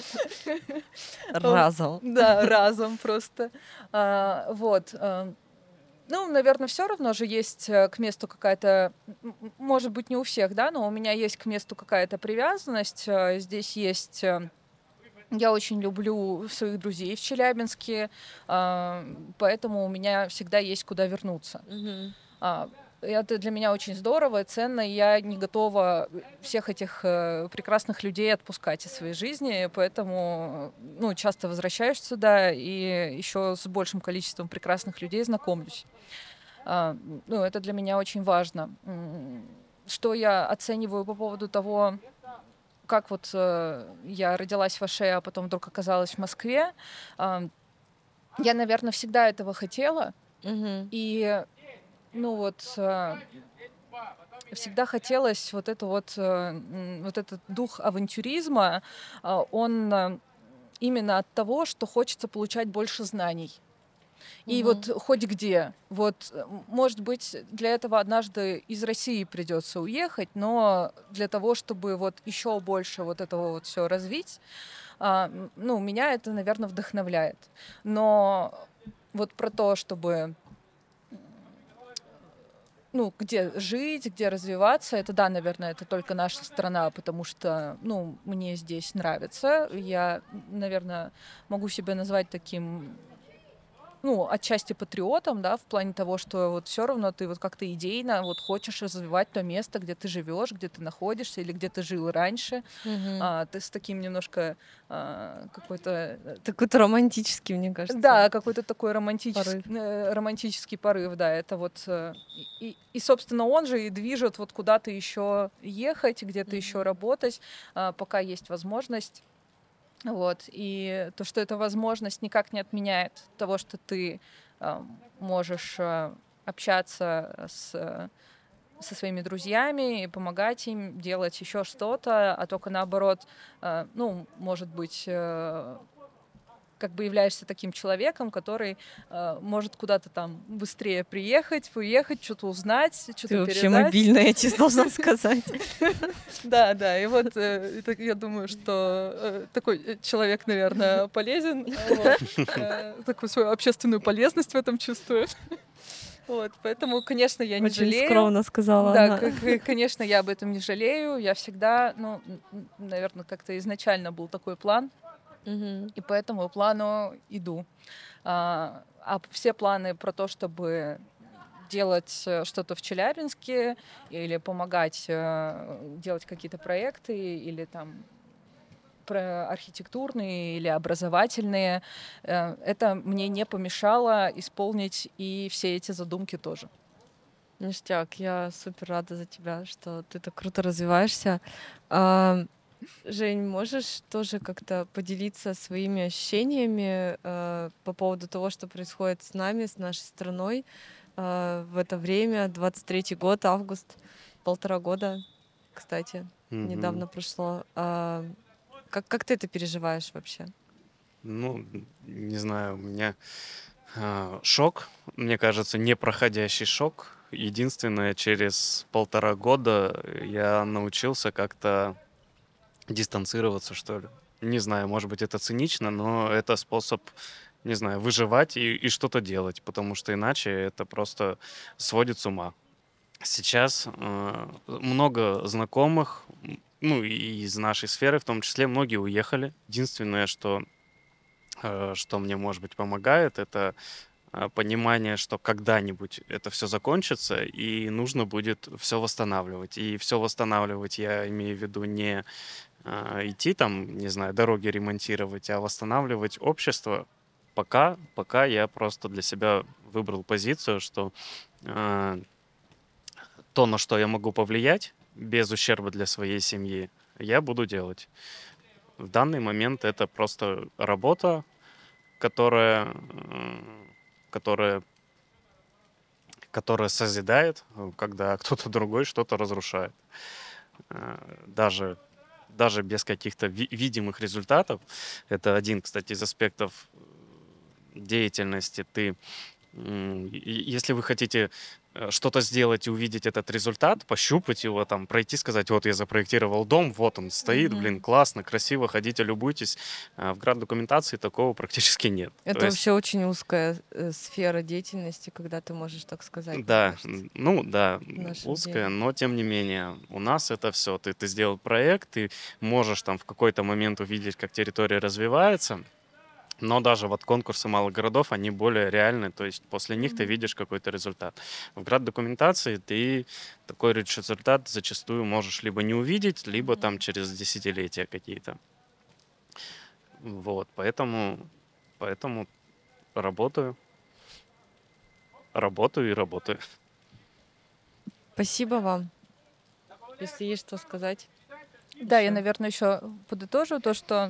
Разом. Да, разом просто. Вот. Ну, наверное, все равно же есть к месту какая-то, может быть, не у всех, да, но у меня есть к месту какая-то привязанность. Здесь есть я очень люблю своих друзей в Челябинске, поэтому у меня всегда есть куда вернуться. Угу. А, Это для меня очень здорово и ценно, и я не готова всех этих прекрасных людей отпускать из своей жизни, поэтому ну, часто возвращаюсь сюда и еще с большим количеством прекрасных людей знакомлюсь. Ну, это для меня очень важно. Что я оцениваю по поводу того, как вот я родилась в Аше, а потом вдруг оказалась в Москве. Я, наверное, всегда этого хотела. Угу. И, ну вот, всегда хотелось вот это вот этот дух авантюризма, он именно от того, что хочется получать больше знаний. И вот Угу. хоть где. Вот, может быть, для этого однажды из России придется уехать, но для того, чтобы вот еще больше вот этого вот все развить, ну, меня это, наверное, вдохновляет. Но вот про то, чтобы ну, где жить, где развиваться, это да, наверное, это только наша страна, потому что, ну, мне здесь нравится. Я, наверное, могу себя назвать таким ну, отчасти патриотом, да, в плане того, что вот все равно ты вот как-то идейно вот хочешь развивать то место, где ты живешь, где ты находишься или где ты жил раньше. Угу. Ты с таким немножко какой-то Такой-то романтический, мне кажется, да, какой-то такой порыв. романтический порыв, да, это вот собственно он же и движет вот куда-то еще ехать, где-то еще Мгм. работать, пока есть возможность. Вот. И то, что эта возможность никак не отменяет того, что ты можешь общаться со своими друзьями и помогать им делать еще что-то, а только наоборот, ну, может быть, как бы являешься таким человеком, который может куда-то там быстрее приехать, уехать, что-то узнать, Ты что-то вообще передать. мобильная, я тебе должна сказать. Да, и вот я думаю, что такой человек, наверное, полезен, такую свою общественную полезность в этом чувствую. Вот, поэтому, конечно, я не Очень жалею. скромно сказала Да, она. конечно, я об этом не жалею. Я всегда, наверное, как-то изначально был такой план, Мгм. и по этому плану иду. А все планы про то, чтобы делать что-то в Челябинске или помогать делать какие-то проекты или там про архитектурные или образовательные, это мне не помешало исполнить и все эти задумки тоже. Ништяк, я супер рада за тебя, что ты так круто развиваешься. А, Жень, можешь тоже как-то поделиться своими ощущениями по поводу того, что происходит с нами, с нашей страной в это время, 23-й год, август, 1,5 года, кстати, Мгм. недавно прошло. Как ты это переживаешь вообще? Ну, не знаю, у меня шок, мне кажется, непроходящий шок. Единственное, через 1,5 года я научился как-то дистанцироваться, что ли. Не знаю, может быть, это цинично, но это способ, не знаю, выживать и что-то делать, потому что иначе это просто сводит с ума. Сейчас много знакомых, ну и из нашей сферы в том числе, многие уехали. Единственное, что мне, может быть, помогает, это понимание, что когда-нибудь это все закончится, и нужно будет все восстанавливать. И все восстанавливать я имею в виду не идти там, не знаю, дороги ремонтировать, а восстанавливать общество. Пока я просто для себя выбрал позицию, что а, то, на что я могу повлиять, без ущерба для своей семьи, я буду делать. В данный момент это просто работа, которая, которая созидает, когда кто-то другой что-то разрушает. Даже, даже без каких-то видимых результатов. Это один, кстати, из аспектов деятельности. Если вы хотите что-то сделать и увидеть этот результат, пощупать его, там, пройти, сказать, вот я запроектировал дом, вот он стоит, блин, Мгм. классно, красиво, ходите, любуйтесь. В град-документации такого практически нет. То Это есть, вообще очень узкая сфера деятельности, когда ты можешь так сказать, мне да, кажется, ну да, в нашем узкое, деле. но тем не менее, у нас это все. Ты сделал проект, ты можешь там в какой-то момент увидеть, как территория развивается, но даже вот конкурсы малых городов, они более реальны, то есть после них ты Мгм. видишь какой-то результат. В град-документации ты такой результат зачастую можешь либо не увидеть, либо там Мгм. через десятилетия какие-то. Вот, поэтому работаю, работаю и работаю. Спасибо вам. Если есть что сказать Да, я, еще. наверное, еще подытожу то, что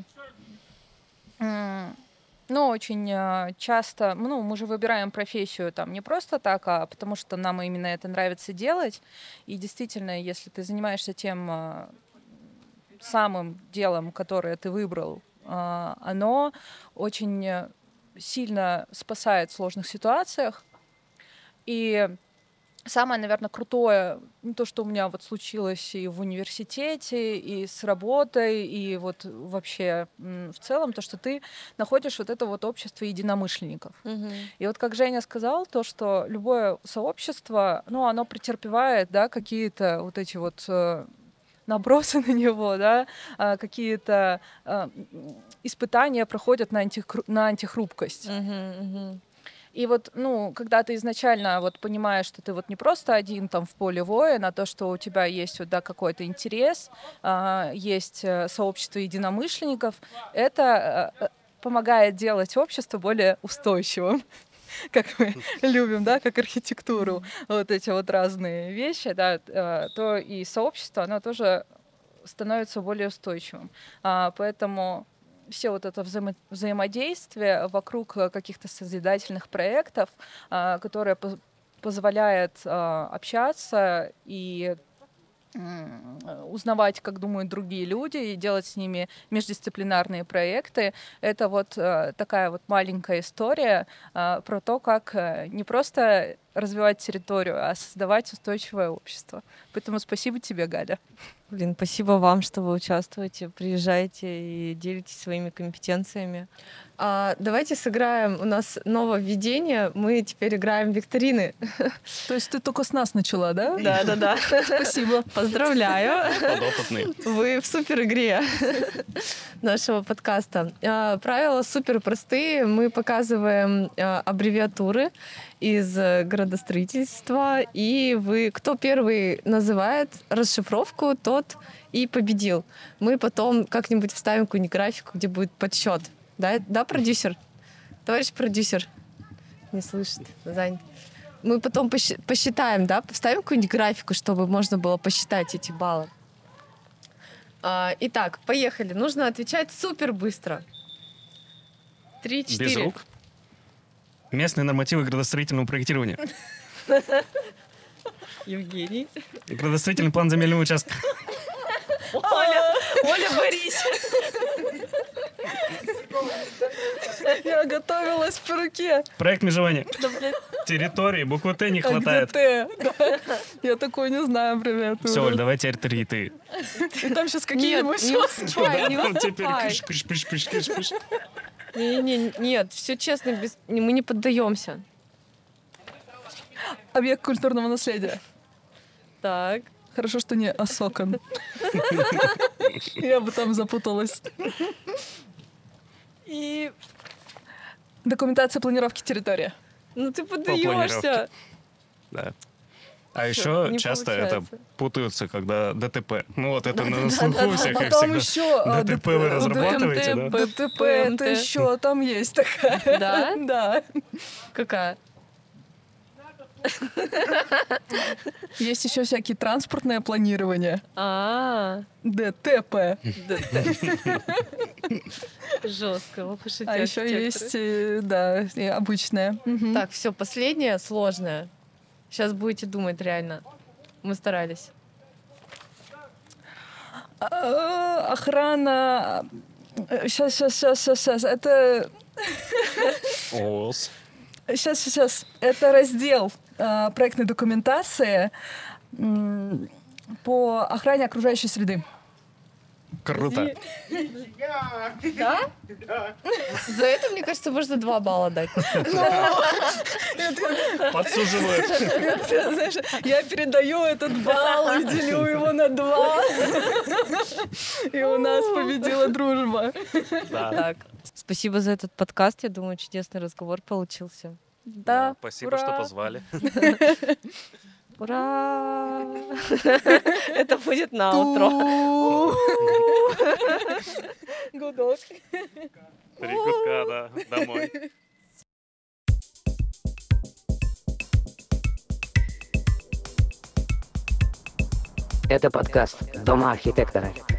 ну, очень часто, ну, мы же выбираем профессию там не просто так, а потому что нам именно это нравится делать. И действительно, если ты занимаешься тем самым делом, которое ты выбрал, оно очень сильно спасает в сложных ситуациях. И самое, наверное, крутое, то, что у меня вот случилось и в университете, и с работой, и вот вообще в целом, то, что ты находишь вот это вот общество единомышленников. Мгм. И вот как Женя сказал, то, что любое сообщество, ну, оно претерпевает, да, какие-то вот эти вот набросы на него, да, какие-то испытания проходят на антихрупкость. Мгм. Мгм. И вот, ну, когда ты изначально вот понимаешь, что ты вот не просто один там в поле воин, а то, что у тебя есть вот, да, какой-то интерес, есть сообщество единомышленников, это помогает делать общество более устойчивым, как мы любим, да, как архитектуру, вот эти вот разные вещи, да, то и сообщество, оно тоже становится более устойчивым. Поэтому все вот это взаимодействие вокруг каких-то созидательных проектов, которое позволяет общаться и узнавать, как думают другие люди, и делать с ними междисциплинарные проекты. Это вот такая вот маленькая история про то, как не просто развивать территорию, а создавать устойчивое общество. Поэтому спасибо тебе, Галя. Блин, спасибо вам, что вы участвуете, приезжаете и делитесь своими компетенциями. Давайте сыграем. У нас нововведение. Мы теперь играем в викторины. То есть ты только с нас начала, да? Да. Спасибо. Поздравляю. Подопытный. Вы в супер игре нашего подкаста. Правила супер простые. Мы показываем аббревиатуры из градостроительства, и кто первый называет расшифровку, тот и победил. Мы потом как-нибудь вставим какую-нибудь графику, где будет подсчет. Да, продюсер? Товарищ продюсер. Не слышит, занят. Мы потом посчитаем, да, вставим какую-нибудь графику, чтобы можно было посчитать эти баллы. Итак, поехали. Нужно отвечать супер быстро. 3-4. Без рук. Местные нормативы градостроительного проектирования. Евгений. Градостроительный план земельного участка. Оля, борись. Я готовилась по руке. Проект межевания. Территории, буквы Т не хватает. Где ты? Да. Я такой не знаю, привет. Все, Оль, давай теперь 3 ты. И там сейчас какие-нибудь не уступай, не Теперь уступай. кыш-кыш-кыш-кыш-кыш. Нет, все честно, мы не поддаемся. Объект культурного наследия. Так. Хорошо, что не Осокон. Я бы там запуталась. И документация планировки территории. Ну ты планировке. поддаешься. Да. А еще не часто получается. это путаются, когда ДТП. Ну вот это на слуху у всех, как Потом всегда. еще ДТП вы разрабатываете, да? ДТП, это еще там есть такая. Да? Да. Какая? Есть еще всякие транспортное планирование. ДТП. Жестко. Ох уж эти А еще архитекторы. есть, да, и обычное. Мгм. Так, все, последнее сложное. Сейчас будете думать реально. Мы старались. Охрана. Сейчас. Это ООС. Сейчас. Это раздел проектной документации по охране окружающей среды. Круто. Да? За это, мне кажется, можно 2 балла дать. Подсуживают. Знаешь, я передаю этот балл и делю его на 2. И у нас победила дружба. Да. Так, спасибо за этот подкаст. Я думаю, чудесный разговор получился. Да. Спасибо, что позвали. Ура! Это будет на утро. Гудок. 3 гудка, да, домой. Это подкаст «Дома архитектора».